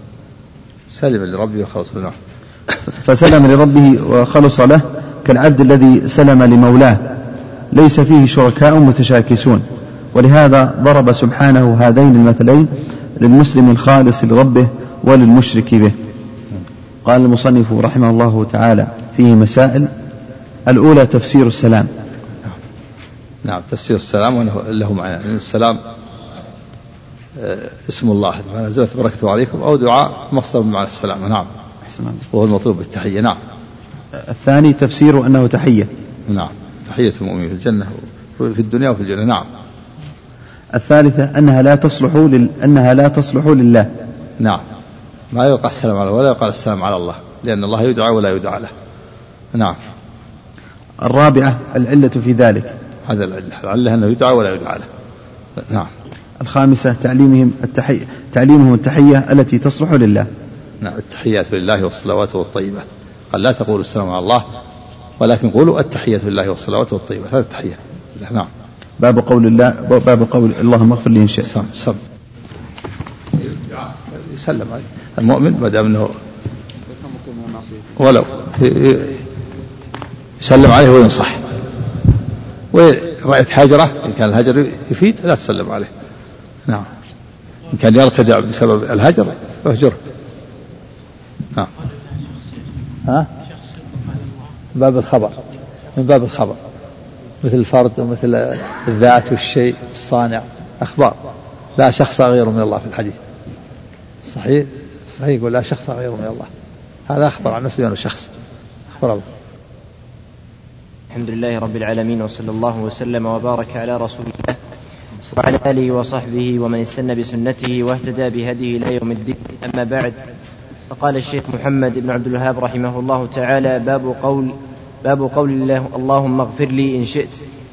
سلم لربه وخلص له. فسلم لربه وخلص له كالعبد الذي سلم لمولاه، ليس فيه شركاء متشاكسون، ولهذا ضرب سبحانه هذين المثلين للمسلم الخالص لربه وللمشرك به. قال المصنف رحمه الله تعالى فيه مسائل. الأولى تفسير السلام. نعم. تفسير السلام له معنى. السلام اسم الله نزلت بركته عليكم أو دعاء مصدر بمعنى السلام. نعم. وهو المطلوب بالتحية. نعم. الثاني تفسير أنه تحية. نعم. تحية المؤمنين في الجنة في الدنيا وفي الجنة. نعم. الثالثة أنها لا تصلح لل... أنها لا تصلح لله. نعم. ما يقال السلام على ولا يقال السلام على الله، لأن الله يدعى ولا يدعى له. نعم. الرابعة العلة في ذلك. هذا العلة، العلة أنه يدعى ولا يدعى له. نعم. الخامسة تعليمهم التحية تعليمهم التحية التي تصلح لله. نعم. التحيات لله والصلوات والطيبات. قال لا تقولوا السلام على الله ولكن قولوا التحية لله والصلوات والطيبات. هذا التحية. نعم. باب قول الله باب قول اللهم اغفر لي إن شئت. سم سم يسلم عليه المؤمن ما دام انه ولو يسلم عليه وينصح، ورأيت هجرة إن كان الهجر يفيد لا تسلم عليه. نعم. إن كان يرتدع بسبب الهجر فاهجره. نعم. ها؟ باب الخبر، من باب الخبر مثل الفرد ومثل الذات والشيء الصانع، أخبار. لا شخص غير من الله في الحديث صحيح صحيح يقول لا شخص غير من الله، هذا أخبر عن نفسه أنه شخص، أخبر الله. الحمد لله رب العالمين، وصلى الله وسلم وبارك على رسول الله وعلى آله وصحبه ومن استنى بسنته واهتدى بهديه إلى يوم الدين. أما بعد، فقال الشيخ محمد بن عبد الوهاب رحمه الله تعالى: باب قول باب قول الله اللهم اغفر لي إن شئت.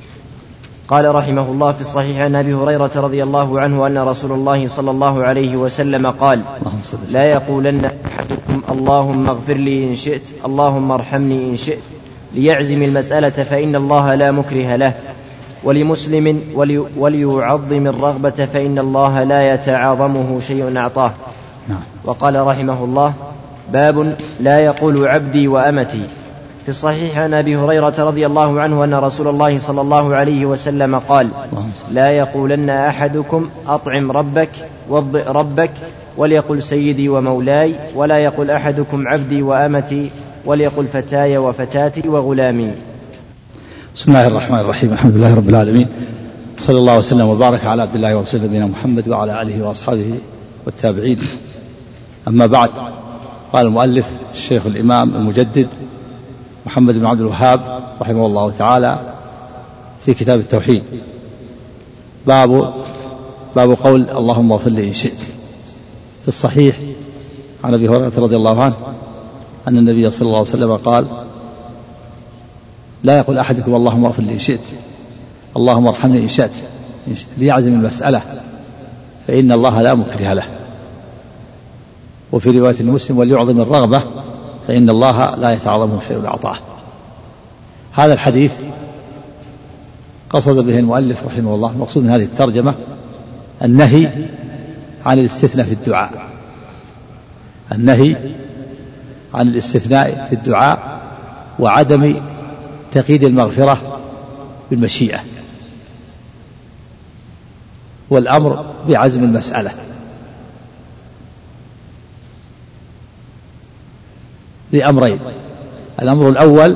قال رحمه الله في الصحيح عن أبي هريرة رضي الله عنه أن رسول الله صلى الله عليه وسلم قال: لا يقولن أحدكم اللهم اغفر لي إن شئت اللهم ارحمني إن شئت، ليعزم المسألة فإن الله لا مكره له. ولمسلم: ولي وليعظم الرغبة فإن الله لا يتعاظمه شيء أعطاه. وقال رحمه الله: باب لا يقول عبدي وأمتي. في الصحيح عن أبي هريرة رضي الله عنه أن رسول الله صلى الله عليه وسلم قال: لا يقولن أحدكم أطعم ربك وضئ ربك، وليقل سيدي ومولاي، ولا يقول أحدكم عبدي وأمتي، وليقل فتاي وفتاتي وغلامي. بسم الله الرحمن الرحيم. الحمد لله رب العالمين، صلى الله وسلم وبارك على عبد الله ورسوله نبينا محمد وعلى آله وأصحابه والتابعين. أما بعد، قال المؤلف الشيخ الإمام المجدد محمد بن عبد الوهاب رحمه الله تعالى في كتاب التوحيد: باب باب قول اللهم اغفر لي إن شئت. في الصحيح عن أبي هريرة رضي الله عنه أن النبي صلى الله عليه وسلم قال: لا يقول أحدكم اللهم اغفر لي إن شئت اللهم ارحمني إن شئت، ليعزم المسألة فإن الله لا مكره له. وفي رواية المسلم: وليعظم الرغبة فإن الله لا يتعظمه شيء أعطاه. هذا الحديث قصد به المؤلف رحمه الله، المقصود من هذه الترجمة النهي عن الاستثناء في الدعاء، النهي عن الاستثناء في الدعاء وعدم تقييد المغفرة بالمشيئة، والأمر بعزم المسألة. لأمرين: الأمر الأول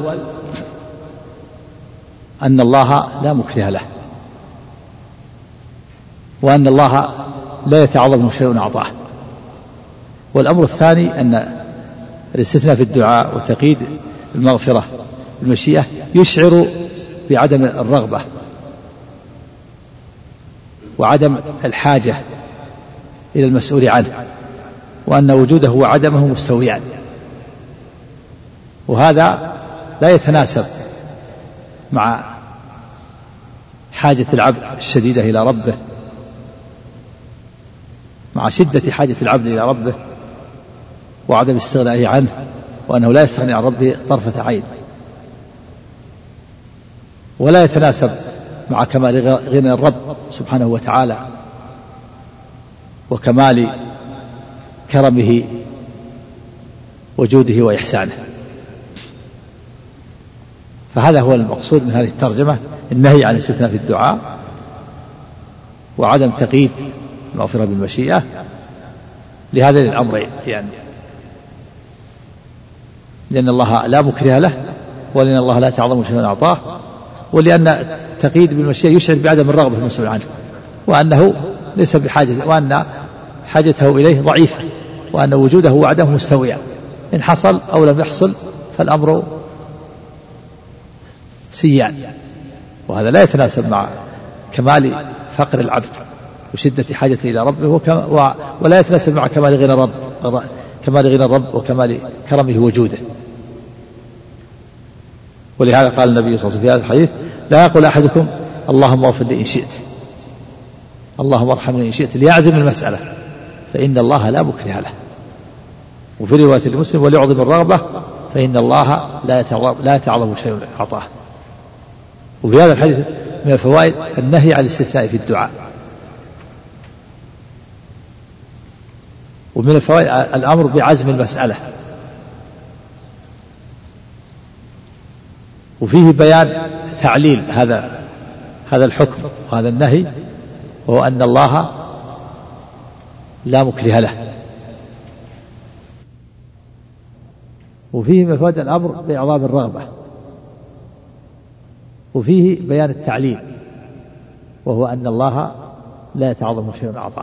أن الله لا مكره له، وأن الله لا يتعظمه شيء أعطاه. والأمر الثاني أن الاستثناء في الدعاء وتقييد المغفرة بالمشيئة يشعر بعدم الرغبة وعدم الحاجة إلى المسؤول عنه، وأن وجوده وعدمه مستويان، وهذا لا يتناسب مع حاجة العبد الشديدة إلى ربه، مع شدة حاجة العبد إلى ربه وعدم استغنائه عنه، وأنه لا يستغني عن ربه طرفة عين. ولا يتناسب مع كمال غنى الرب سبحانه وتعالى وكمال كرمه وجوده وإحسانه. فهذا هو المقصود من هذه الترجمة: النهي عن الاستثناء في الدعاء وعدم تقييد المغفرة بالمشيئة، لهذين الأمرين، يعني لأن الله لا مكره له، ولأن الله لا تعظم شيئا أعطاه، ولأن التقييد بالمشيئة يشعر بعدم الرغبة في المسؤول عنه، وأنه ليس بحاجة، وأن حاجته إليه ضعيفة، وأن وجوده وعده مستويا، إن حصل أو لم يحصل فالأمر سيان. وهذا لا يتناسب مع كمال فقر العبد وشدة حاجته إلى ربه، ولا يتناسب مع كمال غنى الرب كمال غنى الرب وكمال كرمه وجوده. ولهذا قال النبي صلى الله عليه وسلم في هذا الحديث: لا يقول أحدكم اللهم اغفر لي إن شئت، اللهم ارحمني إن شئت، ليعزم المسألة، فإن الله لا مكره له. وفي رواية لمسلم: وليعظم الرغبة فإن الله لا يتعظم شيء أعطاه. وفي هذا الحديث من الفوائد النهي عن الاستثناء في الدعاء. ومن الفوائد الأمر بعزم المسألة. وفيه بيان تعليل هذا هذا الحكم وهذا النهي، وهو أن الله لا مكره له. وفيه من فوائد الأمر بإعظام الرغبة. وفيه بيان التعليل، وهو أن الله لا يتعظم شيء أعطاه.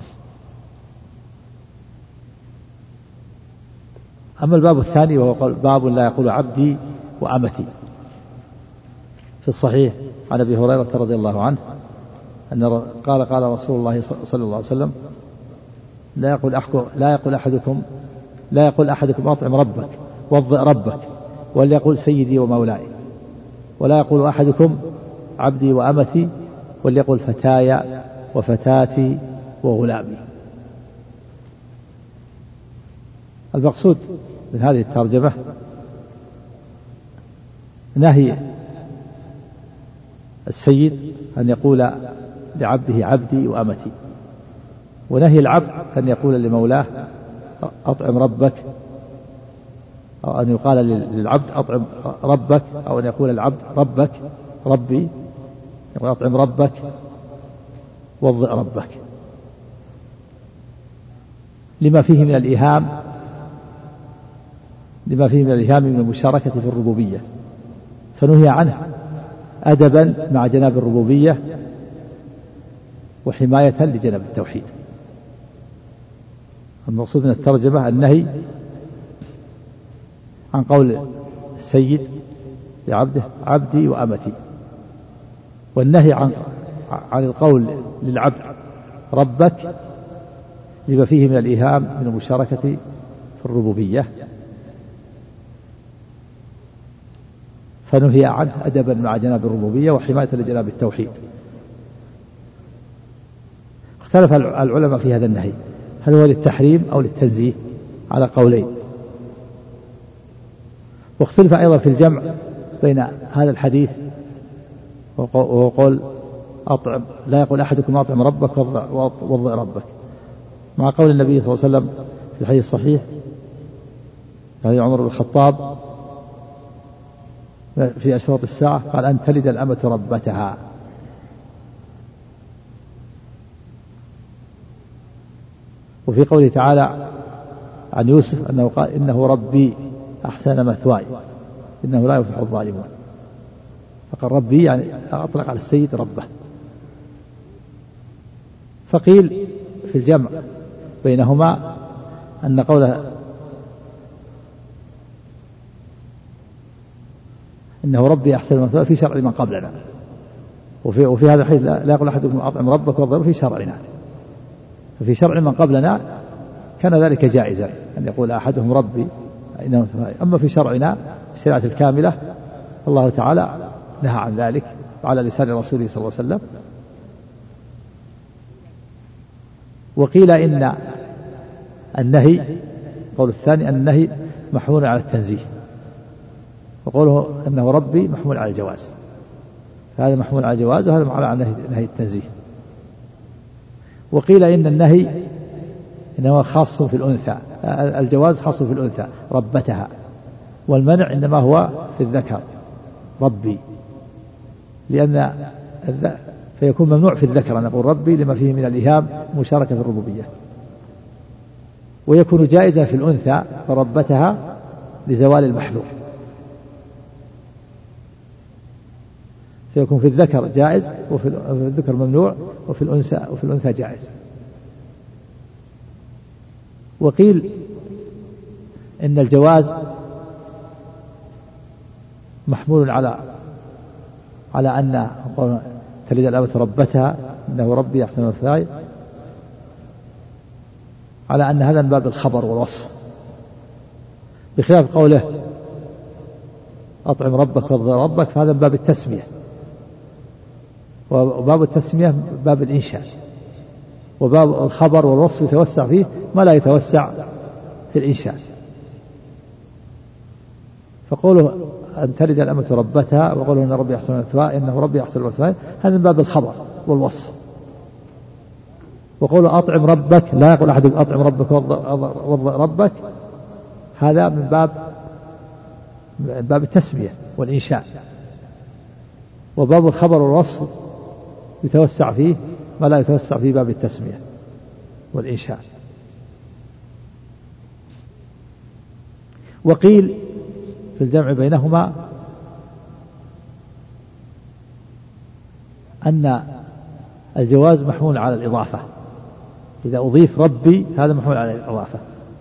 أما الباب الثاني وهو باب لا يقول عبدي وأمتي، في الصحيح عن أبي هريرة رضي الله عنه أن قال قال رسول الله صلى الله عليه وسلم: لا يقول أحكم لا يقول أحدكم لا يقول أحدكم أطعم ربك وضئ ربك، وليقول سيدي ومولاي، ولا يقول أحدكم عبدي وأمتي، وليقول فتاي وفتاتي وغلامي. المقصود من هذه الترجمة نهي السيد أن يقول لعبده عبدي وأمتي، ونهي العبد أن يقول لمولاه أطعم ربك، أو أن يقال للعبد أطعم ربك، أو أن يقول العبد ربك ربي، يقول أطعم ربك وضئ ربك، لما فيه من الإيهام لما فيه من الإيهام من المشاركة في الربوبية، فنهي عنه أدبا مع جناب الربوبية وحماية لجناب التوحيد. المقصود من الترجمة النهي عن قول السيد لعبده عبدي وأمتي، والنهي عن عن القول للعبد ربك لما فيه من الإيهام من المشاركة في الربوبية، فنهي عنه أدبا مع جناب الربوبية وحماية لجناب التوحيد. اختلف العلماء في هذا النهي، هل هو للتحريم أو للتنزيه، على قولين. واختلف أيضا في الجمع بين هذا الحديث وهو قول أطعم لا يقول أحدكم أطعم ربك وضئ ربك، مع قول النبي صلى الله عليه وسلم في الحديث الصحيح هذا عمر بن الخطاب في أشراط الساعة قال: أن تلد الأمة ربتها. وفي قوله تعالى عن يوسف أنه قال: إنه ربي أحسن مثواي إنه لا يفلح الظالمون. فقال ربي يعني أطلق على السيد ربه. فقيل في الجمع بينهما أن قوله إنه ربي أحسن مثواي في شرع من قبلنا، وفي, وفي هذا الحديث لا يقول أحدكم أطعم ربك وضئ في شرعنا، ففي شرع من قبلنا كان ذلك جائزا أن يقول أحدهم ربي إنه. أما في شرعنا الشريعة الكاملة الله تعالى نهى عن ذلك وعلى لسان رسوله صلى الله عليه وسلم. وقيل إن النهي قول الثاني أن النهي محمول على التنزيه، وقوله أنه ربي محمول على الجواز، فهذا محمول على الجواز وهذا محمول على نهي التنزيه. وقيل إن النهي إنما خاص في الأنثى، الجواز خاص في الأنثى ربتها، والمنع إنما هو في الذكر ربي، لأن فيكون ممنوع في الذكر أن نقول ربي لما فيه من الإيهام مشاركة في الربوبية، ويكون جائزا في الأنثى فربتها لزوال المحذور. فيكون في الذكر جائز وفي الذكر ممنوع وفي الأنثى وفي الأنثى جائز. وقيل إن الجواز محمول على على أن تلد الأمة ربتها إنه ربي أحسن مثواي، على أن هذا من باب الخبر والوصف، بخلاف قوله أطعم ربك وارض ربك، فهذا من باب التسمية، وباب التسمية باب الإنشاء، وباب الخبر والوصف يتوسع فيه ما لا يتوسع في الإنشاء. فقوله أن تلد الأمة ربتها وقوله إن ربي أحسن مثواي إنه ربي أحسن مثواي، هذا من باب الخبر والوصف. وقوله أطعم ربك، لا يقول أحد أطعم ربك وارض ربك، هذا من باب من باب التسمية والإنشاء. وباب الخبر والوصف يتوسع فيه ما لا يتوسع في باب التسمية والإنشاء. وقيل في الجمع بينهما أن الجواز محمول على الإضافة، إذا أضيف ربي هذا محمول على الإضافة،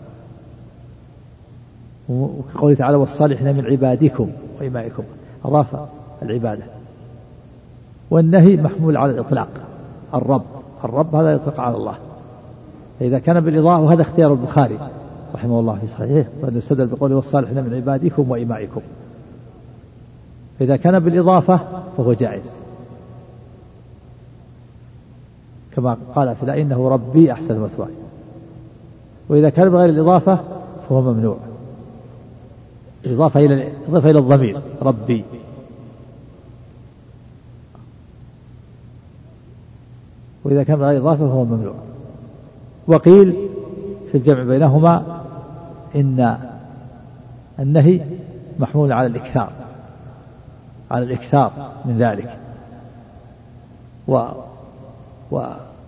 وكقوله تعالى والصالحين من عبادكم وإمائكم، أضاف العبادة. والنهي محمول على الإطلاق، الرب الرب هذا يطلق على الله، فإذا كان بالإضافة، وهذا اختيار البخاري رحمه الله في صحيحه، وأنه استدل بقوله والصالحين من عبادكم وإمائكم، فإذا كان بالإضافة فهو جائز، كما قال في الآية إنه ربي أحسن مثواي. وإذا كان بغير الإضافة فهو ممنوع، إضافة إلى إضافة إلى الضمير ربي. وإذا كان بغير إضافة فهو ممنوع. وقيل في الجمع بينهما إن النهي محمول على الإكثار، على الإكثار من ذلك، و و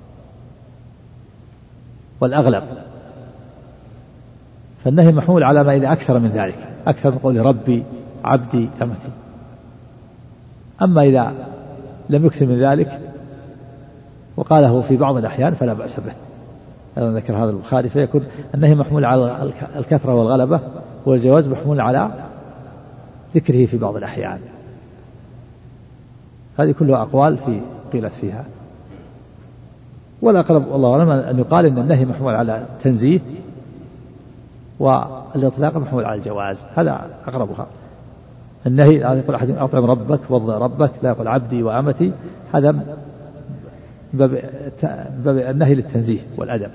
والأغلب، فالنهي محمول على ما إذا أكثر من ذلك، أكثر من قول ربي عبدي أمتي. أما إذا لم يكثر من ذلك وقاله في بعض الأحيان فلا بأس به، أنا ذكر هذا البخاري، فيكون النهي محمول على الكثرة والغلبة، والجواز محمول على ذكره في بعض الأحيان. هذه كلها أقوال في قيلت فيها، والأقرب والله أعلم أن يقال إن النهي محمول على التنزيه والإطلاق محمول على الجواز، هذا أقربها. النهي يقول أحد أطعم ربك وارض ربك، لا يقول عبدي وأمتي، هذا باب النهي للتنزيه والأدب،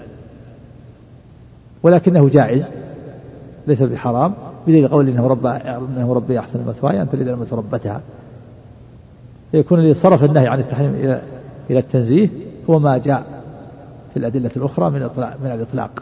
ولكنه جائز ليس بحرام، بدليل قول إنه رب إنه ربي أحسن مثواي أن تلد الأمة ربتها. يكون الذي صرف النهي عن التحريم إلى إلى التنزيه هو ما جاء في الأدلة الأخرى من الإطلاق من الإطلاق،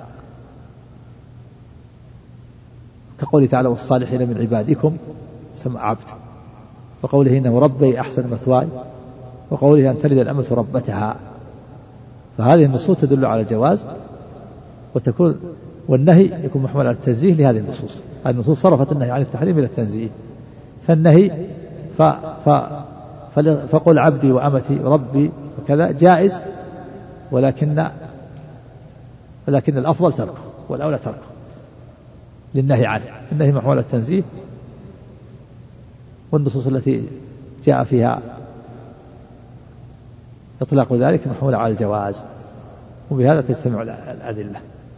كقوله تعالى والصالحين من عبادكم سمع عبد، وقوله إنه ربي أحسن مثواي، وقوله أن تلد الأمة ربتها. فهذه النصوص تدل على الجواز، وتكون والنهي يكون محمول على التنزيه لهذه النصوص. هذه النصوص صرفت النهي عن التحريم إلى التنزيه، فالنهي ف ف فقل عبدي وأمتي ربي وكذا جائز، ولكن ولكن الأفضل تركه والأولى تركه للنهي عنه. النهي محمول على التنزيه، والنصوص التي جاء فيها إطلاق ذلك محمول على الجواز، وبهذا تجتمع الأدلة.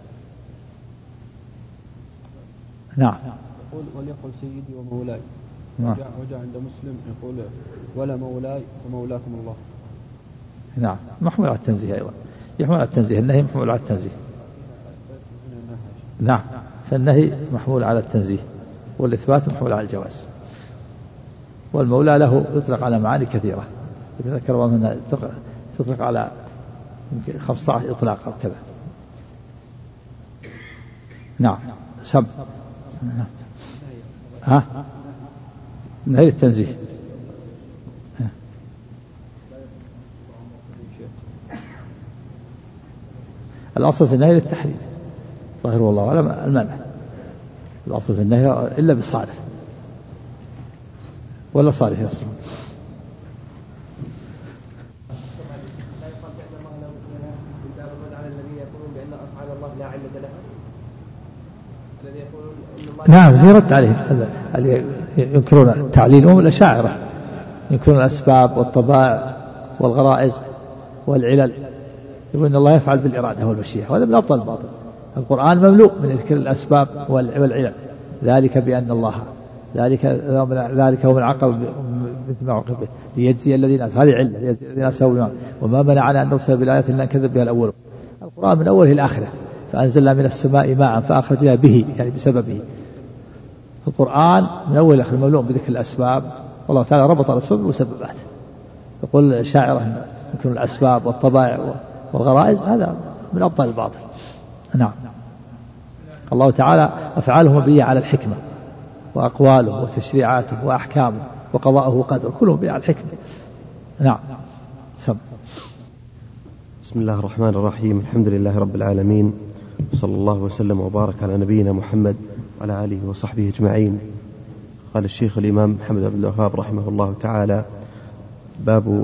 نعم. يقول وليقل سيدي ومولاي، نعم. وجاء عند مسلم يقول ولا مولاي ومولاكم الله. نعم، محمول على التنزيه أيضا، يحمل على التنزيه، النهي محمول على التنزيه. نعم، فالنهي محمول على التنزيه والإثبات محمول على الجواز. والمولى له يطلق على معاني كثيرة، ذكر منها تطلق على خمسة عشر إطلاق أو كذا. نعم. سب ها نهي التنزيه. الأصل في النهي للتحريم ظاهر والله أعلم المنع، الأصل في النهي إلا بصالح ولا صالح يصل. نعم في رد عليهم اللي ينكرون التعليل هم الأشاعرة ينكرون الأسباب والطبائع والغرائز والعلل، يقول إن الله يفعل بالإرادة والمشيئة، وهذا من أبطل الباطل. القرآن مملوء من ذكر الأسباب والعلل، ذلك بأن الله ذلك ذلك هو من عقب مثل ما عقب به ليجزي الذين هذه علة ليجزي الذين أساءوا وما منعنا أن نرسل بالآيات إلا أن كذب بها الأول. القرآن من أوله إلى آخره، فأنزلنا من السماء ماء فأخرجنا به يعني بسببه. القرآن من أول إلى آخره مملوء بذكر الأسباب، والله تعالى ربط الأسباب بالمسببات. يقول الشاعر يمكن الأسباب والطبائع والغرائز، هذا من أبطال الباطل. نعم. الله تعالى أفعاله مبنية على الحكمة، وأقواله وتشريعاته وأحكامه وقضاءه وقدره كله مبني على الحكمة. نعم. سم. بسم الله الرحمن الرحيم، الحمد لله رب العالمين، وصلى الله وسلم وبارك على نبينا محمد وعلى آله وصحبه أجمعين. قال الشيخ الإمام محمد بن الوهاب رحمه الله تعالى: باب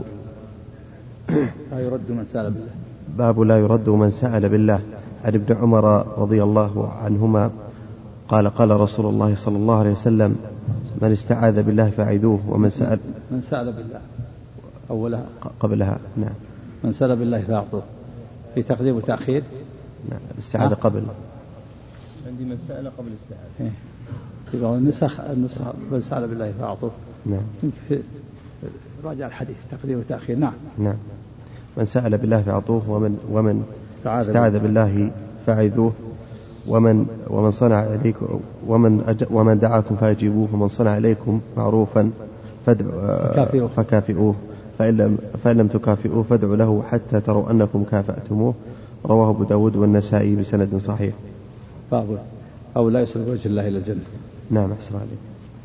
لا يرد من سأل بالله. باب لا يرد من سأل بالله. عن ابن عمر رضي الله عنهما قال: قال رسول الله صلى الله عليه وسلم: من استعاذ بالله فأعيذوه، ومن سأل من سأل بالله أولها قبلها. نعم. من سأل بالله فأعطوه، في تقديم وتأخير. نعم. الاستعاذة قبل. عندي من سأل قبل الاستعاذة. في بعض النسخ النسخ من سأل بالله فأعطوه. نعم. في راجع الحديث تقديم وتأخير. نعم. نعم. من سأل بالله فأعطوه، ومن ومن استعاذ بالله فأعيذوه، ومن ومن صنع إليكم ومن أج ومن دعاكم فأجيبوه، ومن صنع إليكم معروفا فادعوا فكافئوه، فإن لم فإن لم تكافئوه فادعوا له حتى تروا أنكم كافأتموه. رواه أبو داود والنسائي بسند صحيح. باب أو لا يسأل وجه الله إلى الجنة. نعم. أحسن عليك.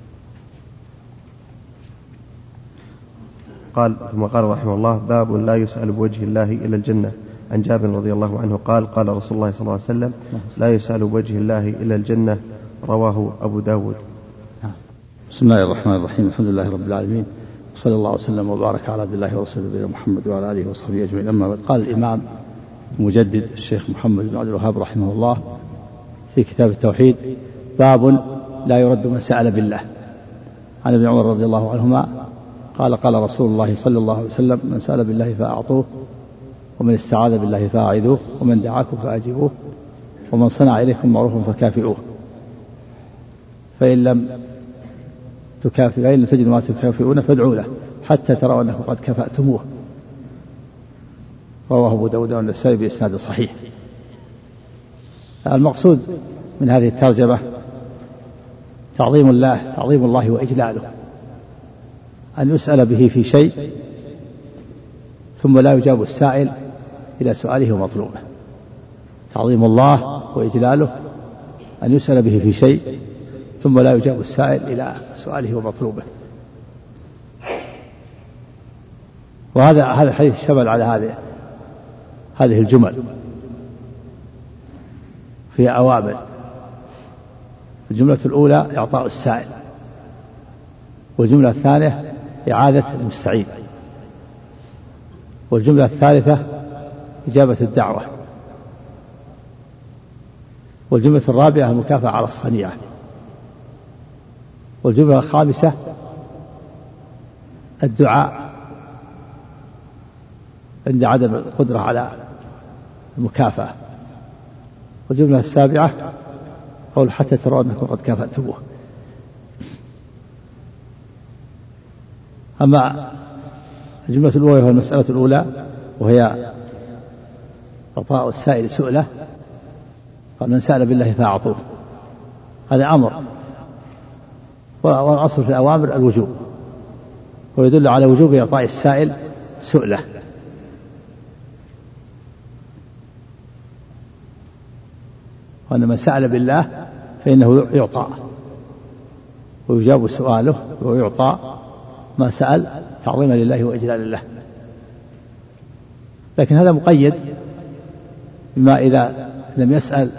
قال ثم قال رحمه الله: باب لا يسأل بوجه الله إلى الجنة. عن جابر رضي الله عنه قال: قال رسول الله صلى الله عليه وسلم: لا يسأل بوجه الله إلى الجنة. رواه أبو داود. بسم الله الرحمن الرحيم، الحمد لله رب العالمين، وصلى الله وسلم وبارك على عبد الله ورسوله نبينا محمد وعلى آله وصحبه أجمعين. أما بعد، قال الإمام مجدد الشيخ محمد بن عبد الوهاب رحمه الله في كتاب التوحيد: باب لا يرد من سأل بالله. عن ابن عمر رضي الله عنهما قال: قال رسول الله صلى الله عليه وسلم: من سأل بالله فأعطوه، ومن استعاذ بالله فأعيذوه، ومن دعاكم فأجيبوه، ومن صنع إليكم معروفا فكافئوه، فإن لم تكافئ فإن لم تجدوا ما تكافئون فادعوا له حتى تروا أنكم قد كفأتموه. رواه أبو داود والنسائي بإسناد صحيح. المقصود من هذه الترجمة تعظيم الله تعظيم الله وإجلاله، أن يسأل به في شيء ثم لا يجاب السائل إلى سؤاله ومطلوبه. تعظيم الله وإجلاله أن يسأل به في شيء ثم لا يجاب السائل إلى سؤاله ومطلوبه. وهذا هذا الحديث شمل على هذه هذه الجمل فيها أوامر. الجملة الأولى إعطاء السائل، والجملة الثانية إعادة المستعين، والجملة الثالثة إجابة الدعوة، والجملة الرابعة المكافأة على الصنيعة، والجملة الخامسة الدعاء عند عدم القدرة على المكافأة، والجملة السابعة قول حتى تروا أنكم قد كافأتموه. أما الجملة الأولى وهي المسألة الأولى وهي إعطاء السائل سؤله، فمن سأل بالله فأعطوه، هذا أمر، والأصل في الأوامر الوجوب، ويدل على وجوب إعطاء السائل سؤله. وأن من سأل بالله فإنه يعطى ويجاب سؤاله ويعطى ما سأل تعظيما لله وإجلالا له. لكن هذا مقيد بما إذا لم يسأل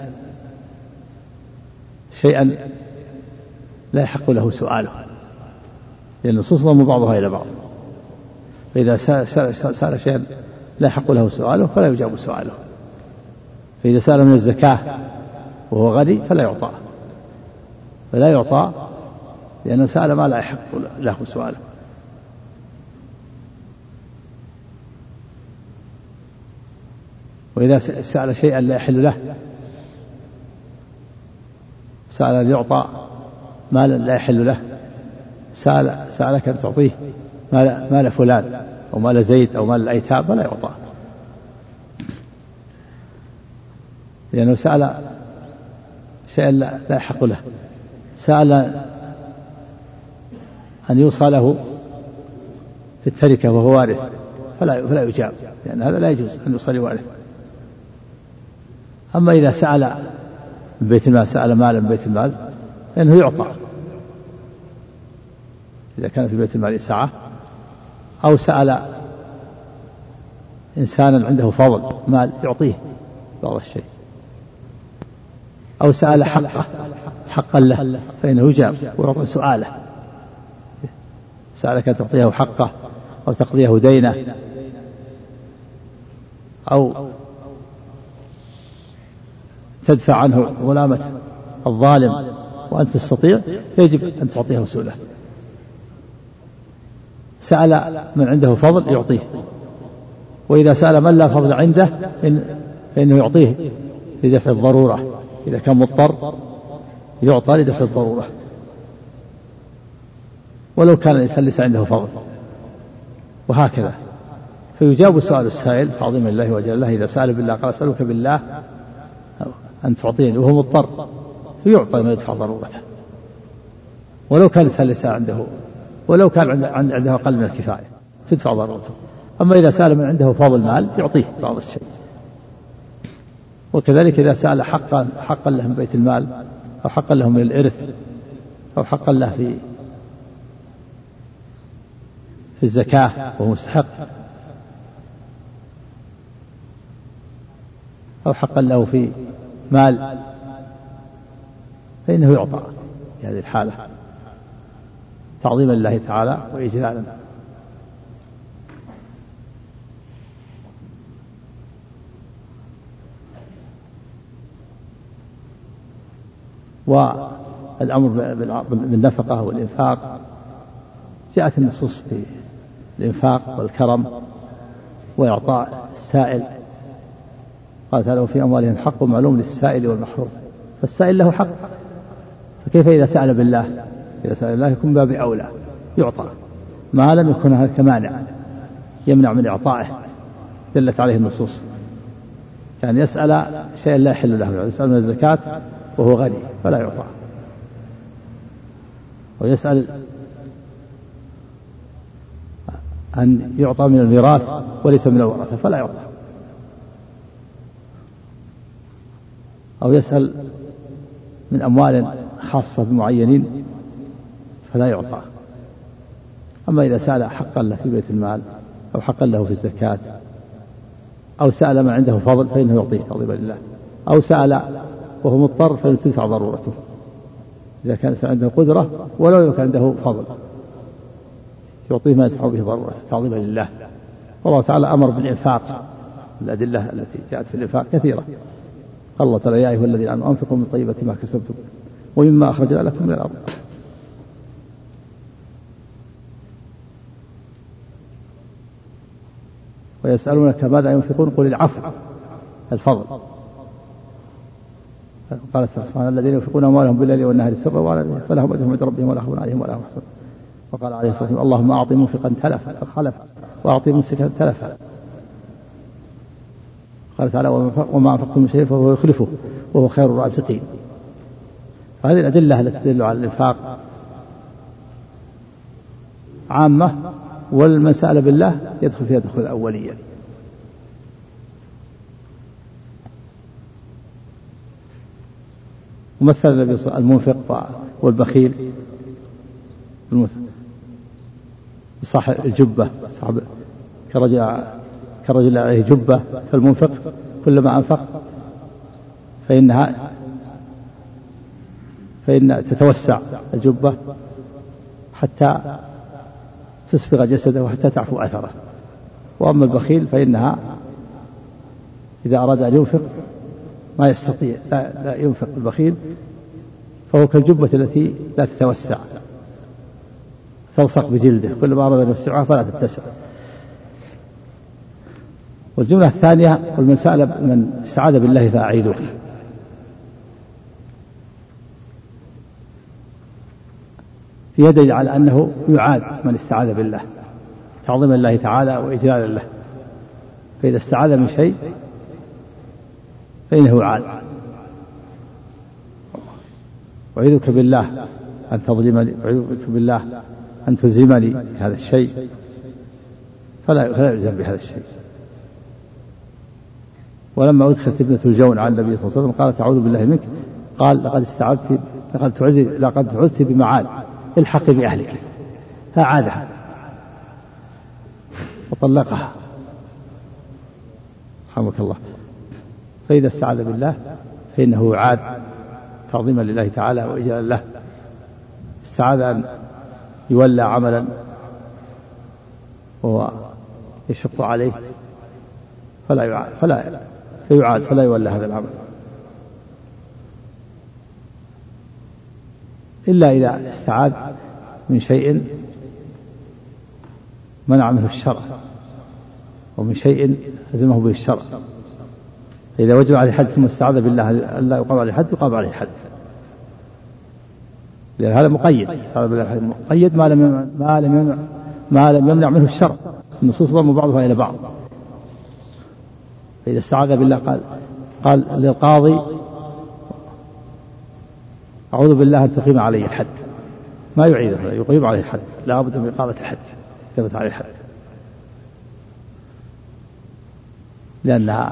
شيئا لا يحق له سؤاله، لأن النصوص ضم بعضها إلى بعض. فإذا سأل شيئا لا يحق له سؤاله فلا يجاب سؤاله. فإذا سأل من الزكاة وهو غني فلا يعطى، فلا يعطى لأنه سأل ما لا يحق له سؤاله. وإذا سأل شيئا لا يحل له، سأل أن يعطى مالا لا يحل له، سأل سألك أن تعطيه مال, مال فلان أو مال زيد أو مال الأيتام فلا يعطى، لأنه سأل شيئا لا يحق له. سأل أن يوصى له في التركة وهو وارث فلا فلا يجاب، لأن هذا لا يجوز أن يوصى لوارث. أما إذا سأل من بيت المال، سأل مالا من بيت المال فإنه يعطى إذا كان في بيت المال سعة، أو سأل إنسانا عنده فضل مال يعطيه بعض الشيء، أو سأل حقه حقا له فإنه يجاب ويعطى سؤاله. سألك أن تعطيه حقه أو تقضيه دينه أو تدفع عنه غلامة الظالم وأنت تستطيع يجب أن تعطيه سؤاله. سأل من عنده فضل يعطيه، وإذا سأل من لا فضل عنده فإنه يعطيه لدفع الضرورة، إذا كان مضطر يعطى لدفع الضرورة، ولو كان الإنسان ليس عنده فضل، وهكذا. فيجاب سؤال السائل تعظيما لله وجل الله. إذا سأل بالله قال أسألك بالله أن تعطيني وهو مضطر فيعطى ما يدفع ضرورته، ولو كان الإنسان ليس عنده، ولو كان عنده أقل من الكفاية تدفع ضرورته. أما إذا سأل من عنده فضل مال يعطيه بعض الشيء. وكذلك إذا سأل حقا حقا له من بيت المال أو حقا له من الإرث أو حقا له في في الزكاة وهو مستحق، أو حقا له في مال فإنه يعطى في هذه الحالة تعظيما لله تعالى وإجلالا. والأمر بالنفقة والإنفاق جاءت النصوص في الإنفاق والكرم وإعطاء السائل. قال تعالى وفي أموالهم حق معلوم للسائل والمحروم، فالسائل له حق، فكيف إذا سأل بالله؟ إذا سأل الله يكون باب أولى يعطى، ما لم يكن هذا مانع يمنع من إعطائه دلت عليه النصوص. كان يعني يسأل شيئا لا يحل له، يسأل من الزكاة وهو غني فلا يعطى، ويسأل أن يعطى من الميراث وليس من الورثة فلا يعطى، أو يسأل من أموال خاصة بمعينين فلا يعطى. أما إذا سأل حقا له في بيت المال أو حقا له في الزكاة أو سأل من عنده فضل فإنه يعطيه تعظيما لله، أو سأل وهو مضطر فإنه تدفع ضرورته. إذا كان عنده قدرة ولو كان عنده فضل يعطيه ما يدفع به ضرورته تعظيما لله. والله تعالى أمر بالإنفاق، الأدلة التي جاءت في الإنفاق كثيرة. الله تعالى يا أيها الذين آمنوا أنفقوا من طيبات ما كسبتم ومما أخرجنا لكم من الأرض. ويسألونك ماذا ينفقون قل العفو الفضل. قال سبحانه الذين ينفقون أموالهم بالليل والنهار سرا وعلانية فلهم أجرهم عند ربهم ولا خوف عليهم ولا هم يحزنون. وقال عليه الصلاة والسلام اللهم أعط منفقا تلفا خلفا وأعط ممسكا تلفا. قال تعالى وما أنفقتم من شيء فهو يخلفه وهو خير الرازقين. فهذه الأدلة التي تدل على الإنفاق عامة، والمن سأل بالله يدخل فيها دخول الأولية. ومثل النبي المنفق والبخيل صاحب الجبة، صاحب كرجل كرجل عليه جبة، فالمنفق كلما أنفق فإنها فإن تتوسع الجبة حتى تسبغ جسده وحتى تعفو أثره. وأما البخيل فإنها إذا أراد أن ينفق ما يستطيع، لا, لا ينفق البخيل فهو كالجبة التي لا تتوسع تلصق بجلده، كل ما أراد أن يوسعها فلا تتسع. والجملة الثانية: قل من سأل من استعاذ بالله فأعيذوه. في يدل على أنه يعاد من استعاذ بالله تعظيما الله تعالى وإجلالا له، فإذا استعاذ من شيء فإنه يعاد. أعوذك بالله أن تظلمني، أعوذك بالله أن تلزمني بهذا الشيء، فلا فلا يلزم بهذا الشيء. ولما أدخلت ابنة الجون على النبي صلى الله عليه وسلم قالت: أعوذ بالله منك، قال: لقد استعذت لقد تعذ لقد عذت بمعاد، الحقي بأهلك. فعادها وطلقها رحمك الله. فإذا استعاذ بالله فإنه يعاد تعظيما لله تعالى وإجلالا له. استعاذ أن يولى عملا وهو يشق عليه فلا يعاد فلا فيعاد فلا يولى هذا العمل، إلا إذا استعاذ من شيء منع منه الشرع ومن شيء لزمه به الشرع. إذا وجب عليه الحد ثم استعاذ بالله ألا يقام عليه الحد يقام عليه الحد، لأن هذا مقيد. استعاذ بالله مقيد ما لم ما لم يمنع ما لم يمنع منه الشرع. النصوص ضم بعضها إلى بعض. فإذا استعاذ بالله قال قال للقاضي: أعوذ بالله أن تقيم عليه الحد، ما يعيده، يقيم عليه الحد، لا بد من إقامة الحد، ثبت عليه الحد، لأنها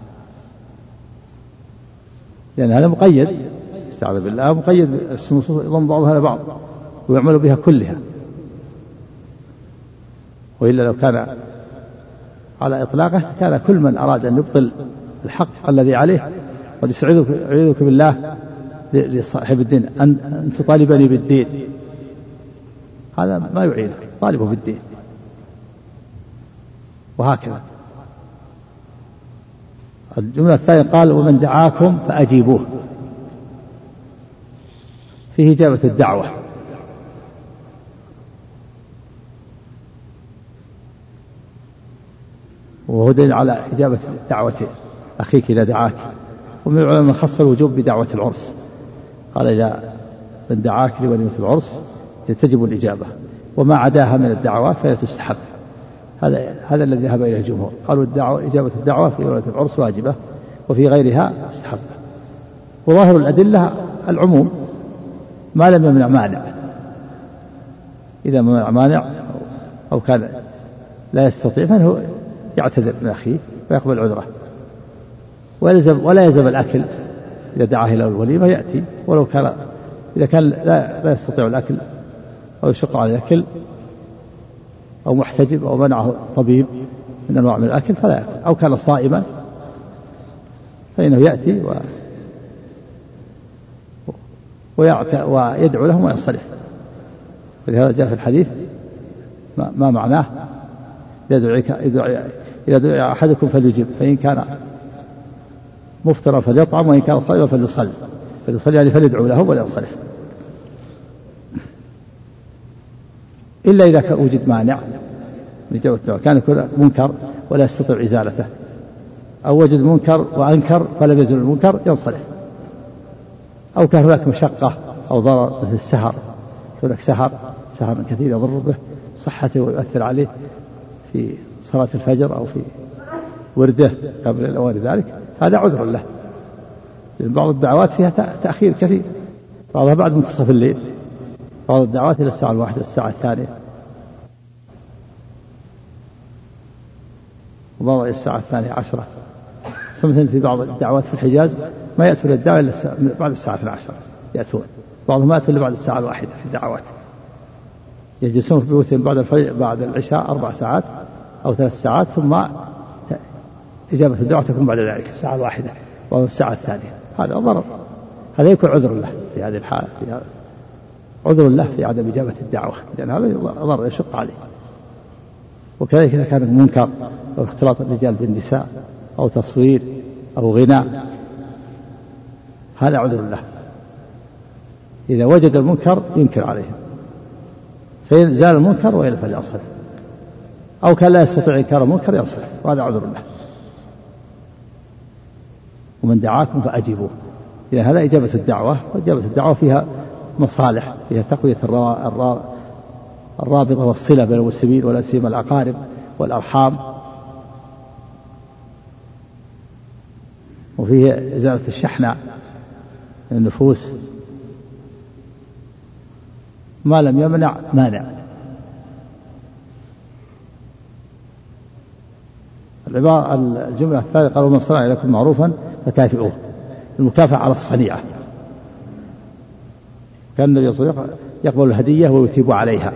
لأن هذا مقيد. استعاذ بالله مقيد، النصوص ضم بعضها إلى بعض ويعمل بها كلها. وإلا لو كان على إطلاقه كان كل من أراد أن يبطل الحق الذي عليه قد يستعيذك بالله لصاحب الدين أن تطالبني بالدين، هذا ما يعينه، طالبه بالدين. وهكذا الجملة الثانية قال: ومن دعاكم فأجيبوه، فيه إجابة الدعوة. وهو دليل على إجابة دعوة أخيك إذا دعاك. ومن العلماء خص الوجوب بدعوة العرس، قال: إذا من دعاك لوليمة العرس تجب الإجابة، وما عداها من الدعوات فهي تستحب. هذا هذا الذي ذهب إليه الجمهور، قالوا الدعوة إجابة الدعوة في وليمة العرس واجبة وفي غيرها مستحبة. وظاهر الأدلة العموم ما لم يمنع مانع. إذا منع مانع أو كان لا يستطيع فإنه يعتذر من أخيه ويقبل عذره، ويلزم ولا يلزم الأكل. إذا دعاه إلى الوليمة يأتي، ولو كان إذا كان لا, لا يستطيع الأكل أو يشق على الأكل أو محتجب أو منعه طبيب من أنواع من الأكل فلا يأكل، أو كان صائما فإنه يأتي و ويدعو لهم وينصرف. ولهذا جاء في الحديث ما, ما معناه: إذا دعي أحدكم فليجب، فإن كان مفطرا فليطعم، وإن كان صائما فليصلي. فليصلي يعني فليدعو له ولينصرف. إلا إذا وجد مانع من إجابة الدعوة، كان يكون منكر ولا يستطيع إزالته، أو وجد منكر وأنكر فلم يزل المنكر ينصرف، أو كان هناك مشقة أو ضرر مثل السهر، هناك سهر سهر كثير يضر به صحته ويؤثر عليه في صلاة الفجر أو في ورده قبل الأوان ذلك، هذا عذر له. لأن بعض الدعوات فيها تأخير كثير، بعضها بعد منتصف الليل، بعض الدعوات إلى الساعة الواحدة والساعة الثانية، وبعض إلى الساعة الثانية عشرة. ثم في بعض الدعوات في الحجاز ما يأتون الدعوة إلا بعد الساعة العاشرة يأتون، بعضهم ما يأتون إلا بعد الساعة الواحدة في الدعوات، يجلسون في بيوتهم بعد بعد العشاء أربع ساعات أو ثلاث ساعات، ثم إجابة الدعوة تكون بعد ذلك الساعة الواحدة أو الساعة الثانية. هذا ضرر، هذا يكون عذر له في هذه الحالة، في هذا عذر له في عدم إجابة الدعوة، لأن هذا ضرر يشق عليه. وكذلك إذا كان منكر أو اختلاط الرجال بالنساء أو تصوير أو غناء، هذا عذر له. إذا وجد المنكر ينكر عليهم، فإن زال المنكر وإلا فليصرف، أو كان لا يستطيع إنكار المنكر يصرف، وهذا عذر له. ومن دعاكم فأجيبوه، إذا هذا إجابة الدعوة، وإجابة الدعوة فيها مصالح، فيها تقوية الرابطة والصلة بين المسلمين ولا سيما الأقارب والأرحام، وفيه إزالة الشحنة من النفوس ما لم يمنع مانع. العبارة الجملة الثالثة قالوا من صنع لكم معروفا فكافئوه، المكافأة على الصنيعة. كان النبي صلى الله عليه وسلم يقبل الهدية ويثيب عليها،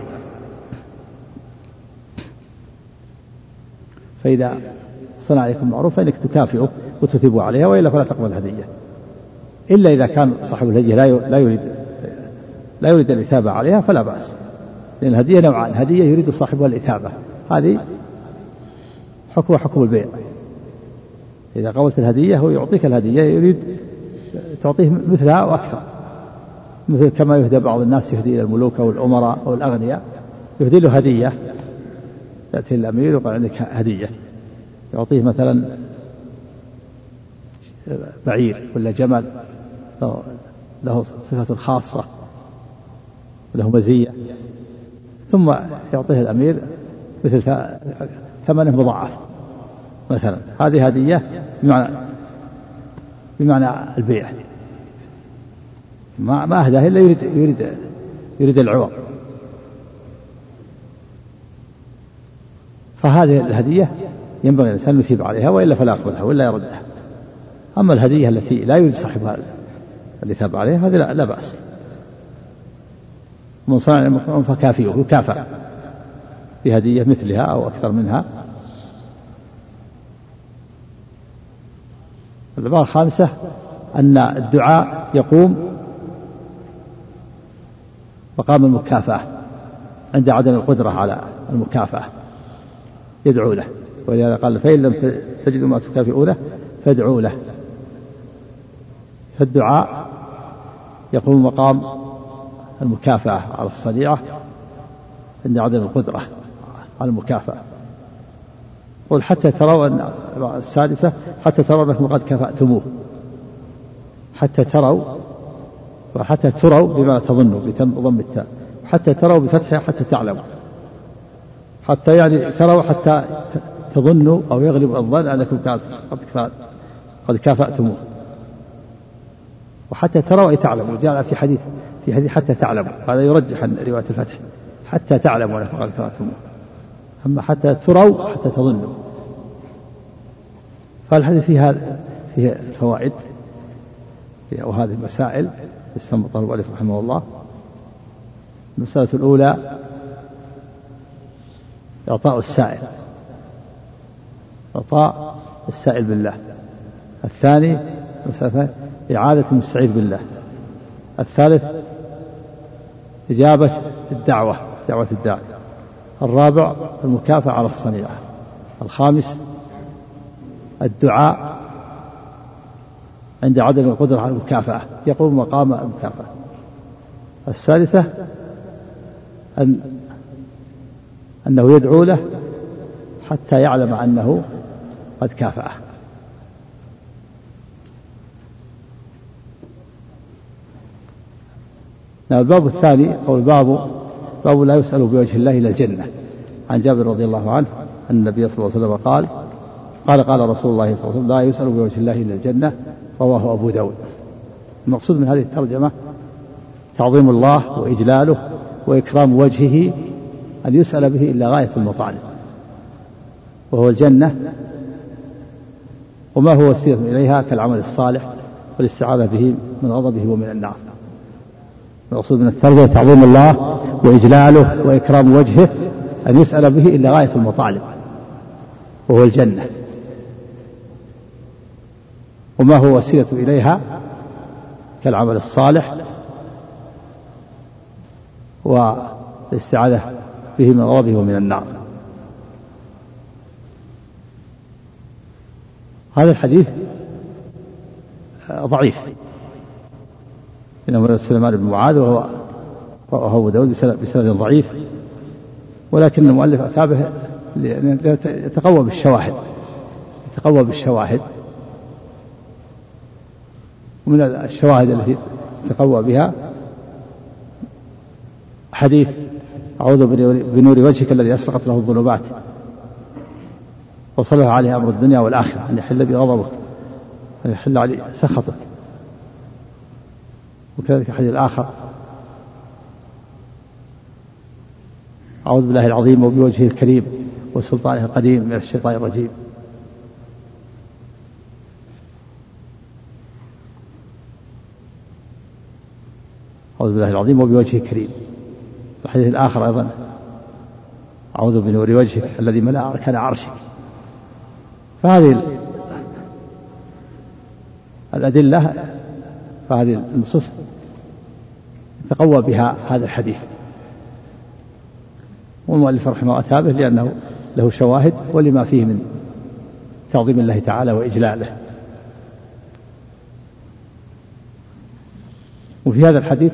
فإذا صنع لكم معروفا فإنك تكافئه وتثيب عليها، وإلا فلا تقبل الهدية، إلا إذا كان صاحب الهدية لا يريد لا يريد الإثابة عليها فلا بأس، لأن الهدية نوعان، هدية يريد صاحبها الإثابة، هذه حكم حكم البيع. إذا قبلت الهدية هو يعطيك الهدية يريد تعطيه مثلها وأكثر، مثل كما يهدى بعض الناس، يهدي إلى الملوك أو الأمراء أو الأغنياء، يهدي له هدية، يأتي الأمير وقال عندك هدية، يعطيه مثلا بعير ولا جمل له صفة خاصة له مزية، ثم يعطيه الأمير مثل ثمنه مضاعف مثلا، هذه هدية بمعنى بمعنى البيع، ما ما أهداه إلا يريد يريد يريد العوض، فهذه الهدية ينبغي الإنسان يثيب عليها، وإلا فلا يأخذها ولا يردها. أما الهدية التي لا يريد صاحبها الإثابة عليها هذه لا, لا بأس. من صنع المكرم فكافئه، يكافأ بهدية مثلها أو أكثر منها. العبارة الخامسة أن الدعاء يقوم مقام المكافأة عند عدم القدرة على المكافأة، يدعو له، ولهذا قال فإن لم تجدوا ما تكافئونه فادعوا له. فالدعاء يقوم مقام المكافأة على الصنيعة عند عدم القدرة على المكافأة. قل حتى تروا أن السادسة حتى تروا أنكم قد كافأتموه، حتى تروا، وحتى تروا بما تظنوا بضم التاء، حتى تروا بفتحها حتى تعلموا، حتى يعني تروا حتى تظنوا أو يغلب الظن أنكم قد كافأتموه، وحتى تروا أي تعلموا، جاء في حديث في حديث حتى تعلموا، هذا يرجح عن رواية الفتح، حتى تعلموا أنكم قد كافأتموه، أما حتى تروا حتى تظنوا. فالحديث فيها فيه فوائد وهذه المسائل استنبطها المؤلف رحمه الله. المسألة الأولى إعطاء السائل، إعطاء السائل بالله. الثاني مسألة إعادة المستعيذ بالله. الثالث إجابة الدعوة، دعوة الداعي. الرابع المكافأة على الصنيعة. الخامس الدعاء عند عدم القدرة على المكافأة، يقوم مقام المكافأة. السادسة أن أنه يدعو له حتى يعلم أنه قد كافأه. الباب الثاني أو الباب باب لا يسأل بوجه الله إلى الجنة. عن جابر رضي الله عنه أن النبي صلى الله عليه وسلم قال قال قال رسول الله صلى الله عليه وسلم لا يسأل بوجه الله إلى الجنة، رواه أبو داود. المقصود من هذه الترجمة تعظيم الله وإجلاله وإكرام وجهه، أن يسأل به إلا غاية المطالب، وهو الجنة وما هو وسيلة إليها كالعمل الصالح والاستعاذة به من غضبه ومن النار. المقصود من الترجمة تعظيم الله وإجلاله وإكرام وجهه، أن يسأل به إلا غاية المطالب، وهو الجنة وما هو وسيلة إليها كالعمل الصالح والاستعاذة به من غضبه ومن النار. هذا الحديث ضعيف إنه سليمان بن معاذ وهو وهو أبو داود بسند ضعيف، ولكن المؤلف أتى به يتقوى بالشواهد يتقوى بالشواهد ومن الشواهد التي تقوى بها حديث أعوذ بنور وجهك الذي أشرقت له الظلمات وصلح عليه أمر الدنيا والآخرة أن يحل بغضبك أن يحل عليه سخطك. وكذلك الحديث الآخر أعوذ بالله العظيم وبوجهه الكريم وسلطانه القديم من الشيطان الرجيم. أعوذ بالله العظيم وبوجهه الكريم. الحديث الآخر أيضا أعوذ بنور وجهك الذي ملأ أركان عرشك. فهذه الأدلة فهذه النصوص تقوى بها هذا الحديث، والمؤلف رحمه الله أتى به لأنه له شواهد ولما فيه من تعظيم الله تعالى وإجلاله. وفي هذا الحديث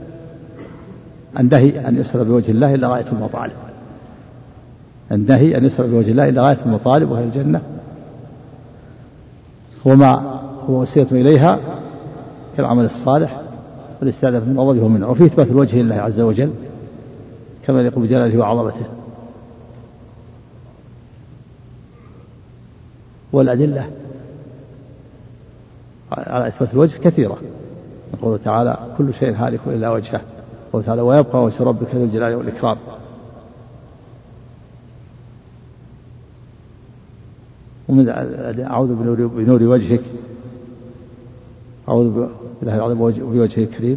النهي أن يسر بوجه الله إلا غاية المطالب، النهي أن يسر بوجه الله إلا غاية المطالب وهي الجنة وما هو وسيلة إليها كالعمل الصالح والاستعداد من غضبه ومنه، وفي إثبات الوجه لله عز وجل كما يليق بجلاله وعظمته. والأدلة على إثبات الوجه كثيرة، يقول تعالى كل شيء هالك إلا وجهه، وتعالى ويبقى وجه ربك ذو الجلال والإكرام. ومن أعوذ بنور وجهك أعوذ بالله العظيم بوجهه الكريم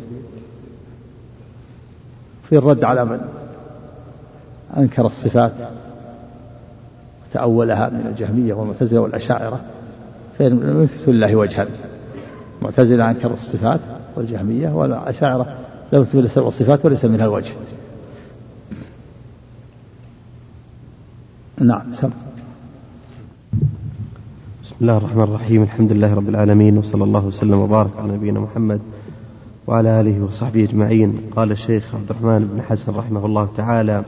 في الرد على من أنكر الصفات وتأولها من الجهمية والمعتزلة والأشاعرة، فإن يثبت لله وجها. المعتزلة أنكروا الصفات والجهمية والأشاعرة لا يثبت سبع الصفات وليس منها الوجه. نعم. سم. بسم الله الرحمن الرحيم. الحمد لله رب العالمين، وصلى الله وسلم وبارك على نبينا محمد وعلى آله وصحبه أجمعين. قال الشيخ عبد الرحمن بن حسن رحمه الله تعالى: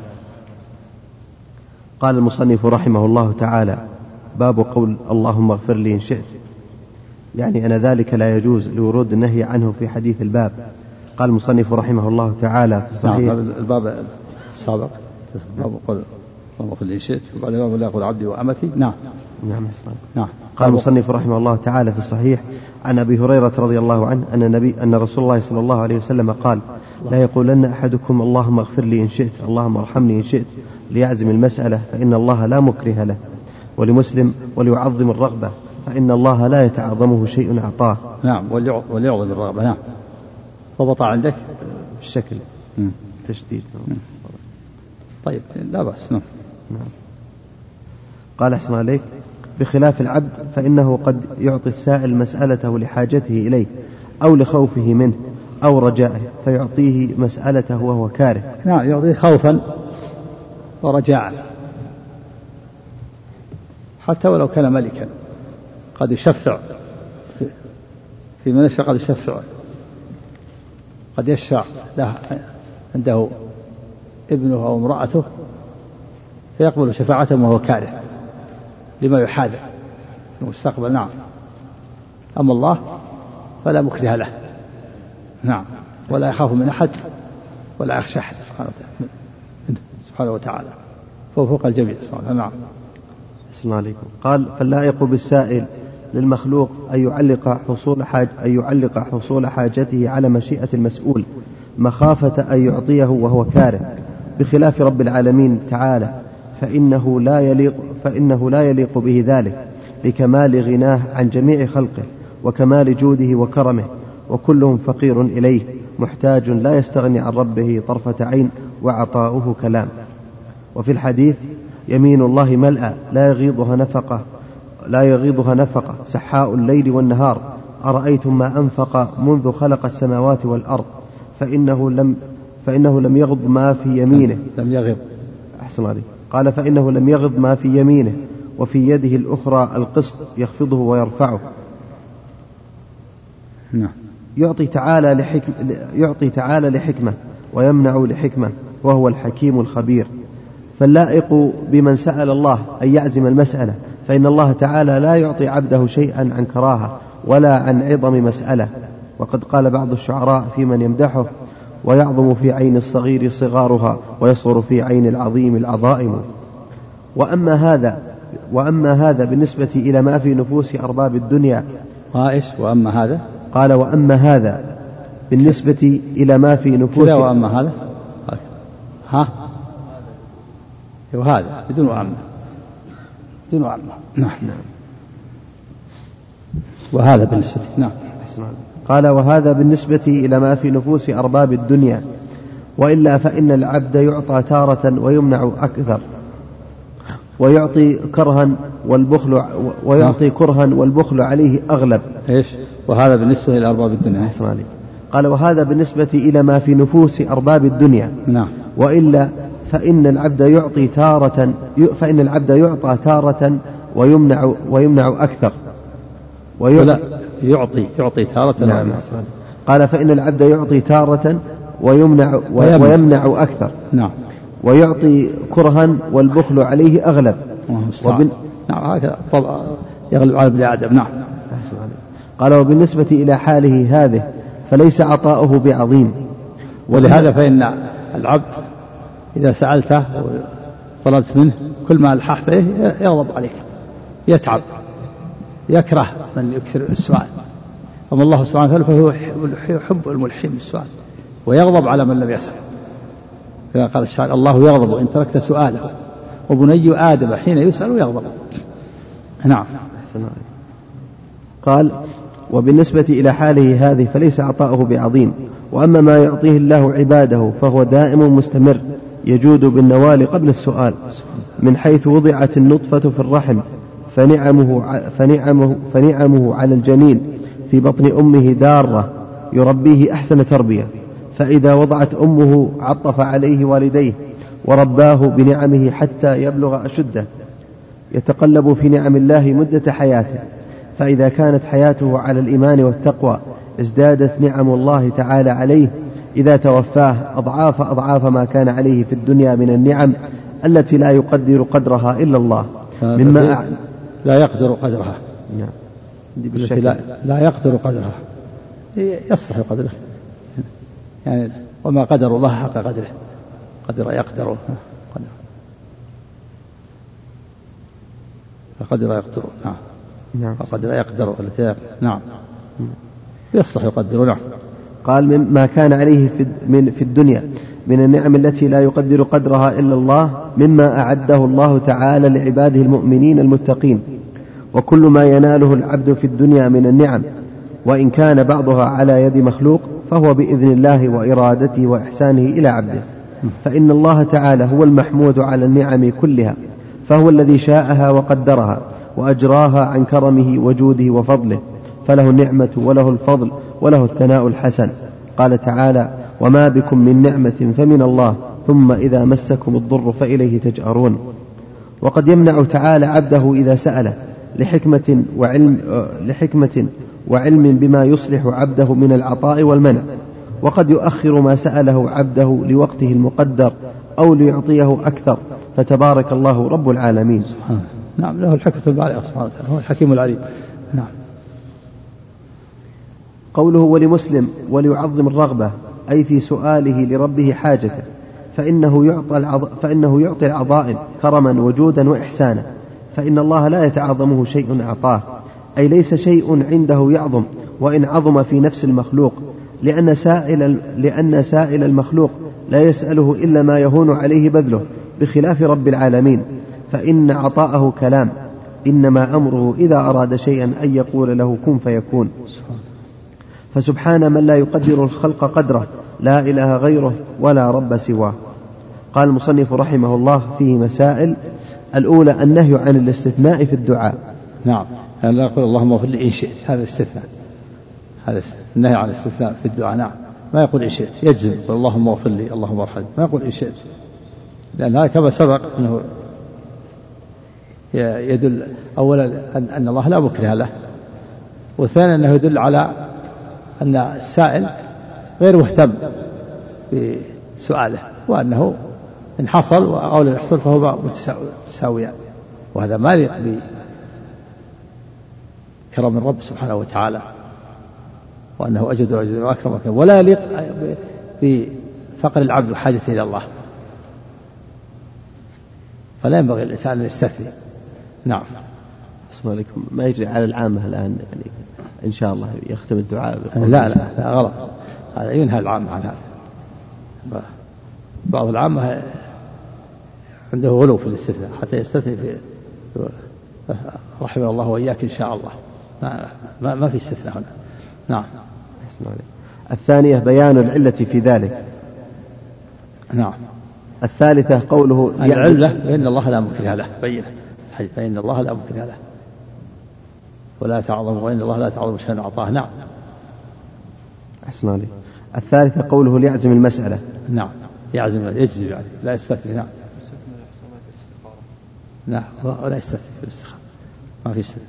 قال المصنف رحمه الله تعالى: باب قول اللهم اغفر لي إن شئت، يعني أن ذلك لا يجوز لورود النهي عنه في حديث الباب. قال المصنف رحمه الله تعالى في الصحيح. نعم، الباب السابق باب قول اللهم اغفر لي إن شئت، وبعد باب لا يقول عبدي وأمتي. نعم نعم نعم. قال المصنف رحمه الله تعالى في الصحيح عن أبي هريرة رضي الله عنه أن النبي أن رسول الله صلى الله عليه وسلم قال: لا يقولن أحدكم اللهم اغفر لي إن شئت، اللهم ارحمني إن شئت، ليعزم المسألة، فإن الله لا مكره له. ولمسلم: وليعظم الرغبة، فإن الله لا يتعظمه شيء أعطاه. نعم، وليعظم الرغبة. نعم. ضبط عندك الشكل تشديد. طيب لا بأس. نعم. نعم. قال أحسن عليك: بخلاف العبد فإنه قد يعطي السائل مسألته لحاجته إليه أو لخوفه منه أو رجائه، فيعطيه مسألته وهو كاره. نعم، يعطيه خوفا ورجاء، حتى ولو كان ملكا قد يشفع في, في من يشفع، قد يشفع قد يشفع له عنده ابنه أو امرأته فيقبل شفاعتهم وهو كاره لما يحاذر في المستقبل. نعم. أما الله فلا مكره له. نعم. ولا يخاف من أحد ولا يخشى أحد سبحانه وتعالى، فهو فوق الجميع سبحانه. نعم. السلام عليكم. قال: فاللائق بالسائل للمخلوق أن يعلق حصول حاج أن يعلق حصول حاجته على مشيئة المسؤول مخافة أن يعطيه وهو كاره، بخلاف رب العالمين تعالى فإنه لا يليق فإنه لا يليق به ذلك، لكمال غناه عن جميع خلقه وكمال جوده وكرمه، وكلهم فقير إليه محتاج لا يستغني عن ربه طرفة عين، وعطاؤه كلام. وفي الحديث: يمين الله ملأى لا يغيضها نفقة لا يغيضها نفقة سحاء الليل والنهار، أرأيتم ما أنفق منذ خلق السماوات والأرض، فإنه لم فإنه لم يغض ما في يمينه لم يغض أحسن عليه. قال: فإنه لم يغض ما في يمينه، وفي يده الأخرى القسط يخفضه ويرفعه. نعم. يعطي تعالى لحكم يعطي تعالى لحكمة ويمنع لحكمة، وهو الحكيم الخبير. فاللائق بمن سأل الله أن يعزم المسألة، فإن الله تعالى لا يعطي عبده شيئا عن كراهة ولا عن عظم مسألة. وقد قال بعض الشعراء في من يمدحه: ويعظم في عين الصغير صغارها ويصغر في عين العظيم العظائم. وأما هذا وأما هذا بالنسبة إلى ما في نفوس أرباب الدنيا. إيش وأما هذا؟ قال: وأما هذا بالنسبة إلى ما في نفوس. وأما هذا ها وهذا بدون وأما بدون وأما. نعم. وهذا بالنسبة. نعم. قال: وهذا بالنسبة إلى ما في نفوس أرباب الدنيا، وإلا فإن العبد يعطى تارة ويمنع أكثر، ويعطي كرها والبخل ويعطي كرها والبخل عليه أغلب. إيش وهذا بالنسبة إلى أرباب الدنيا. قال: وهذا بالنسبة إلى ما في نفوس أرباب الدنيا. نعم. وإلا فإن العبد يعطي تارة فإن العبد يعطى تارة ويمنع ويمنع أكثر. ويعطي يعطي يعطي تارة. نعم. قال: فإن العبد يعطي تارة ويمنع ويمنع أكثر. نعم. ويعطي كرها والبخل عليه أغلب. وبن... نعم هكذا طبعا يغلب على ابن آدم. نعم. قال: وبالنسبة إلى حاله هذه فليس عطاؤه بعظيم. ولهذا فإن العبد إذا سألته وطلبت منه كل ما ألححت إليه يغضب عليك، يتعب، يكره من يكثر السؤال. أما الله سبحانه وتعالى فهو يحب الملحين بالسؤال ويغضب على من لم يسأل. كما قال الشاعر: الله يغضب إن تركت سؤاله، وبني آدم حين يسأل يغضب. نعم. قال: وبالنسبة إلى حاله هذه فليس عطاؤه بعظيم. وأما ما يعطيه الله عباده فهو دائم مستمر، يجود بالنوال قبل السؤال، من حيث وضعت النطفة في الرحم فنعمه, فنعمه, فنعمه على الجنين في بطن أمه دارة يربيه أحسن تربية، فإذا وضعت أمه عطف عليه والديه ورباه بنعمه حتى يبلغ أشده، يتقلب في نعم الله مدة حياته. فإذا كانت حياته على الإيمان والتقوى ازدادت نعم الله تعالى عليه إذا توفاه أضعاف أضعاف ما كان عليه في الدنيا من النعم التي لا يقدر قدرها إلا الله. مما أع... لا يقدر قدرها. نعم. لا, لا يقدر قدرها، يصلح قدره يعني. وما قدر الله حق قدره، قدر يقدر قدر فقدر يقدر. نعم. نعم. فقدر يقدر التي نعم يصلح يقدر. نعم. قال: مما كان عليه في من في الدنيا من النعم التي لا يقدر قدرها إلا الله، مما أعده الله تعالى لعباده المؤمنين المتقين. وكل ما يناله العبد في الدنيا من النعم وإن كان بعضها على يد مخلوق فهو بإذن الله وإرادته وإحسانه إلى عبده، فإن الله تعالى هو المحمود على النعم كلها، فهو الذي شاءها وقدرها وأجراها عن كرمه وجوده وفضله، فله النعمة وله الفضل وله الثناء الحسن. قال تعالى: وما بكم من نعمة فمن الله ثم إذا مسكم الضر فإليه تجأرون. وقد يمنع تعالى عبده إذا سأله لحكمة وعلم, لحكمة وعلم بما يصلح عبده من العطاء والمنع، وقد يؤخر ما سأله عبده لوقته المقدر أو ليعطيه أكثر، فتبارك الله رب العالمين. نعم. له الحكمة البالغة سبحانه وتعالى، هو الحكيم العليم. نعم. قوله: ولمسلم وليعظم الرغبة، أي في سؤاله لربه حاجته، فإنه يعطي, العظ... فإنه يعطي العظائم كرما وجودا وإحسانا، فإن الله لا يتعظمه شيء أعطاه، أي ليس شيء عنده يعظم وإن عظم في نفس المخلوق، لأن سائل, لأن سائل المخلوق لا يسأله إلا ما يهون عليه بذله، بخلاف رب العالمين فإن عطاءه كلام، إنما أمره إذا أراد شيئا أن يقول له كن فيكون. فسبحان من لا يقدر الخلق قدره، لا إله غيره ولا رب سواه. قال المصنف رحمه الله: فيه مسائل. الأولى النهي عن الاستثناء في الدعاء. نعم. يعني لا يقول اللهم اغفر لي إن شئت، هذا استثناء، هذا النهي عن الاستثناء في الدعاء. نعم. ما يقول إن شئت، يجزم اللهم اغفر لي اللهم ارحمني، ما يقول إن شئت، لأن هذا كما سبق أنه يدل أولا أن الله لا مكره له، وثانيا أنه يدل على أن السائل غير مهتم بسؤاله، وأنه إن حصل أو لم يحصل فهو متساويان، وهذا ما يليق بكرم الرب سبحانه وتعالى، وأنه أجد وأجد وأكرم وأكرم، ولا يليق بفقر العبد وحاجته إلى الله، فلا ينبغي الإنسان أن يستثني. نعم. بسم الله عليكم. ما يجري على العامة الآن يعني إن شاء الله يختم الدعاء؟ لا لا, لا غلط، هذا ينهى العامة عن هذا. بعض العامة عنده غلو في الاستثناء حتى يستثني في رحمه الله وإياك إن شاء الله، ما, ما, ما في استثناء هنا. نعم. الثانية بيان العلة في ذلك. نعم. الثالثة قوله العلة فإن الله لا مكره له، بينه فإن الله لا مكره له ولا تعظم، وإن الله لا تعظم شيئا أعطاه. نعم. أحسن عليك. الثالثة قوله ليعزم المسألة. نعم، يعزم يجزم يعني لا يستثني. نعم. نعم ولا يستثني في الاستخارة، ما في استثناء،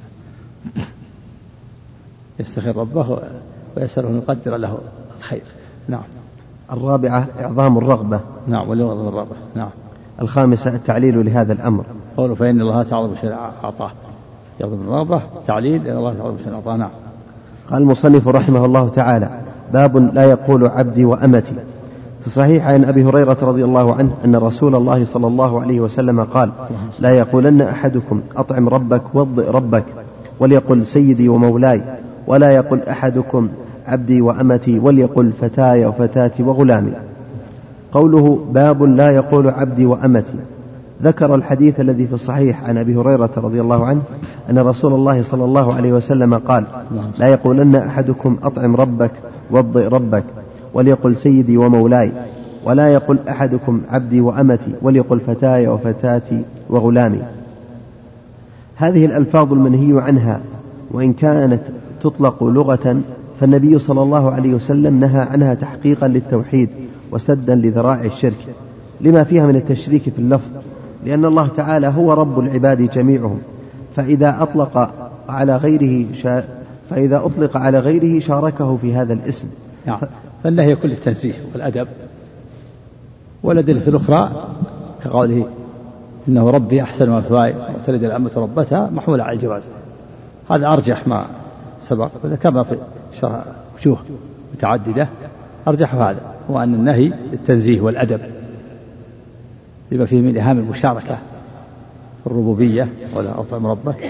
يستخير ربه ويسأله أن يقدر له الخير. نعم. الرابعة إعظام الرغبة. نعم وليعظم الرغبة. نعم. الخامسة التعليل لهذا الأمر. قوله فإن الله تعظم شيئا أعطاه، يعظم الرغبة تعليل لأن الله تعظم شيئا أعطاه. نعم. قال المصنف رحمه الله تعالى: باب لا يقول عبدي وأمتي. في الصحيح عن أبي هريرة رضي الله عنه أن رسول الله صلى الله عليه وسلم قال: لا يقولن أحدكم أطعم ربك وضئ ربك، وليقل سيدي ومولاي، ولا يقل أحدكم عبدي وأمتي، وليقل فتاي وفتاتي وغلامي. قوله باب لا يقول عبدي وأمتي، ذكر الحديث الذي في الصحيح عن أبي هريرة رضي الله عنه أن رسول الله صلى الله عليه وسلم قال: لا يقولن أحدكم أطعم ربك وضئ ربك، وليقل سيدي ومولاي، ولا يقل أحدكم عبدي وأمتي، وليقل فتاي وفتاتي وغلامي. هذه الألفاظ المنهي عنها وإن كانت تطلق لغة، فالنبي صلى الله عليه وسلم نهى عنها تحقيقا للتوحيد وسدا لذرائع الشرك لما فيها من التشريك في اللفظ، لأن الله تعالى هو رب العباد جميعهم، فإذا أطلق على غيره شا... فإذا أطلق على غيره شاركه في هذا الاسم. نعم. فالنهي كل التنزيه والأدب، والأدلة الأخرى كقوله إنه ربي أحسن مثواي وتلد الأمة ربتها محمولة على الجواز، هذا أرجح ما سبق، كما في شرح وجوه متعددة أرجح هذا، وأن النهي التنزيه والأدب لما فيه من إهام المشاركة الربوبية ولا أطعم ربك،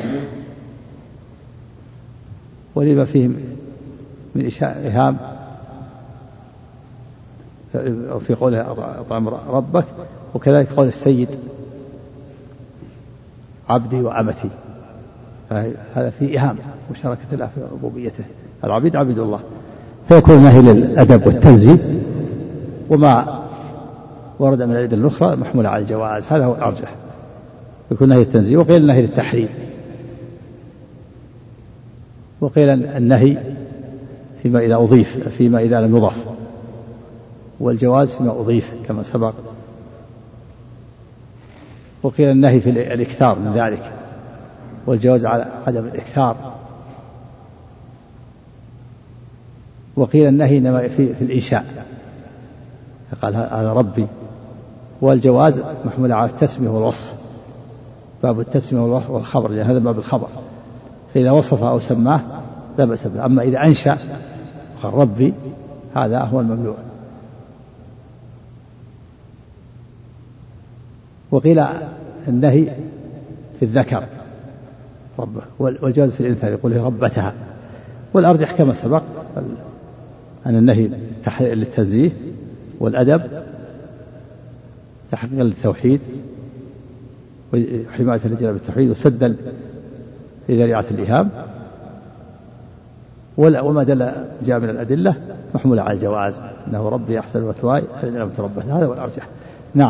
ولما فيه من إهام في قوله أطعم ربك، وكذلك قول السيد عبدي وأمتي، هذا فيه إهام مشاركة الله في ربوبيته، العبيد عبد الله، فيكون نهي للأدب والتنزيه، وما ورد من الأدلة الأخرى محمولة على الجواز، هذا هو الأرجح، يكون نهي التنزيه، وقيل نهي للتحريم، وقيل النهي فيما إذا أضيف فيما إذا لم يضاف، والجواز فيما أضيف كما سبق، وقيل النهي في الإكثار من ذلك، والجواز على عدم الإكثار، وقيل النهي إنما في, في الإنشاء، قال هذا ربي، والجواز محمول على التسمية والوصف، باب التسمية والخبر، لأن هذا باب الخبر، فإذا وصف أو سماه لا بأس به، أما إذا أنشأ قال ربي هذا هو الممنوع. وقيل النهي في الذكر ربه، والجواز في الإنثى، يقول هي ربتها، والأرجح كما سبق أن النهي للتنزيه والأدب تحقيقا للتوحيد وحماية الرجال بالتوحيد وسدا لذريعة الإهام، وما دل جاء من الأدلة محمولة على الجواز، إنه ربي أحسن مثواي الذين لم تربه، هذا هو الأرجح. نعم.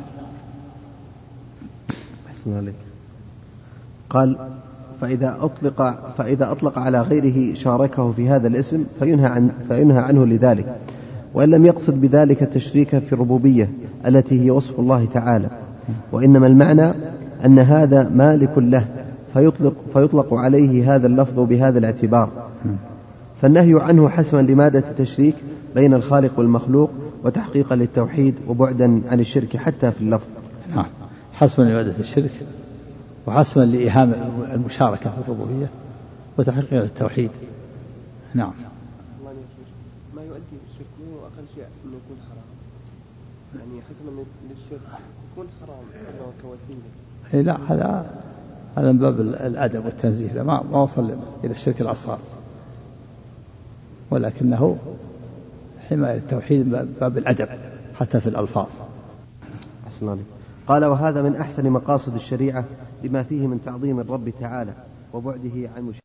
أحسن عليك. قال: فإذا أطلق فإذا أطلق على غيره شاركه في هذا الاسم فينهى عن فينهى عنه لذلك، وإن لم يقصد بذلك التشريك في الربوبية التي هي وصف الله تعالى، وإنما المعنى أن هذا مالك له فيطلق فيطلق عليه هذا اللفظ بهذا الاعتبار، فالنهي عنه حسما لمادة التشريك بين الخالق والمخلوق وتحقيقا للتوحيد وبعدا عن الشرك حتى في اللفظ. نعم، حسما لمادة الشرك وحسما لإيهام المشاركة في الربوبية وتحقيقا للتوحيد. نعم. ما يؤدي الشرك منه أقل شيء أنه يكون حرام، يعني حسما للشرك يكون حرام كوسيلة. لا، هذا هذا من باب الأدب والتنزيه، ما ما وصل إلى الشرك الأصغر، ولكنه حماية التوحيد باب الأدب حتى في الألفاظ. قال: وهذا من أحسن مقاصد الشريعة لما فيه من تعظيم الرب تعالى وبعده عن مشاركة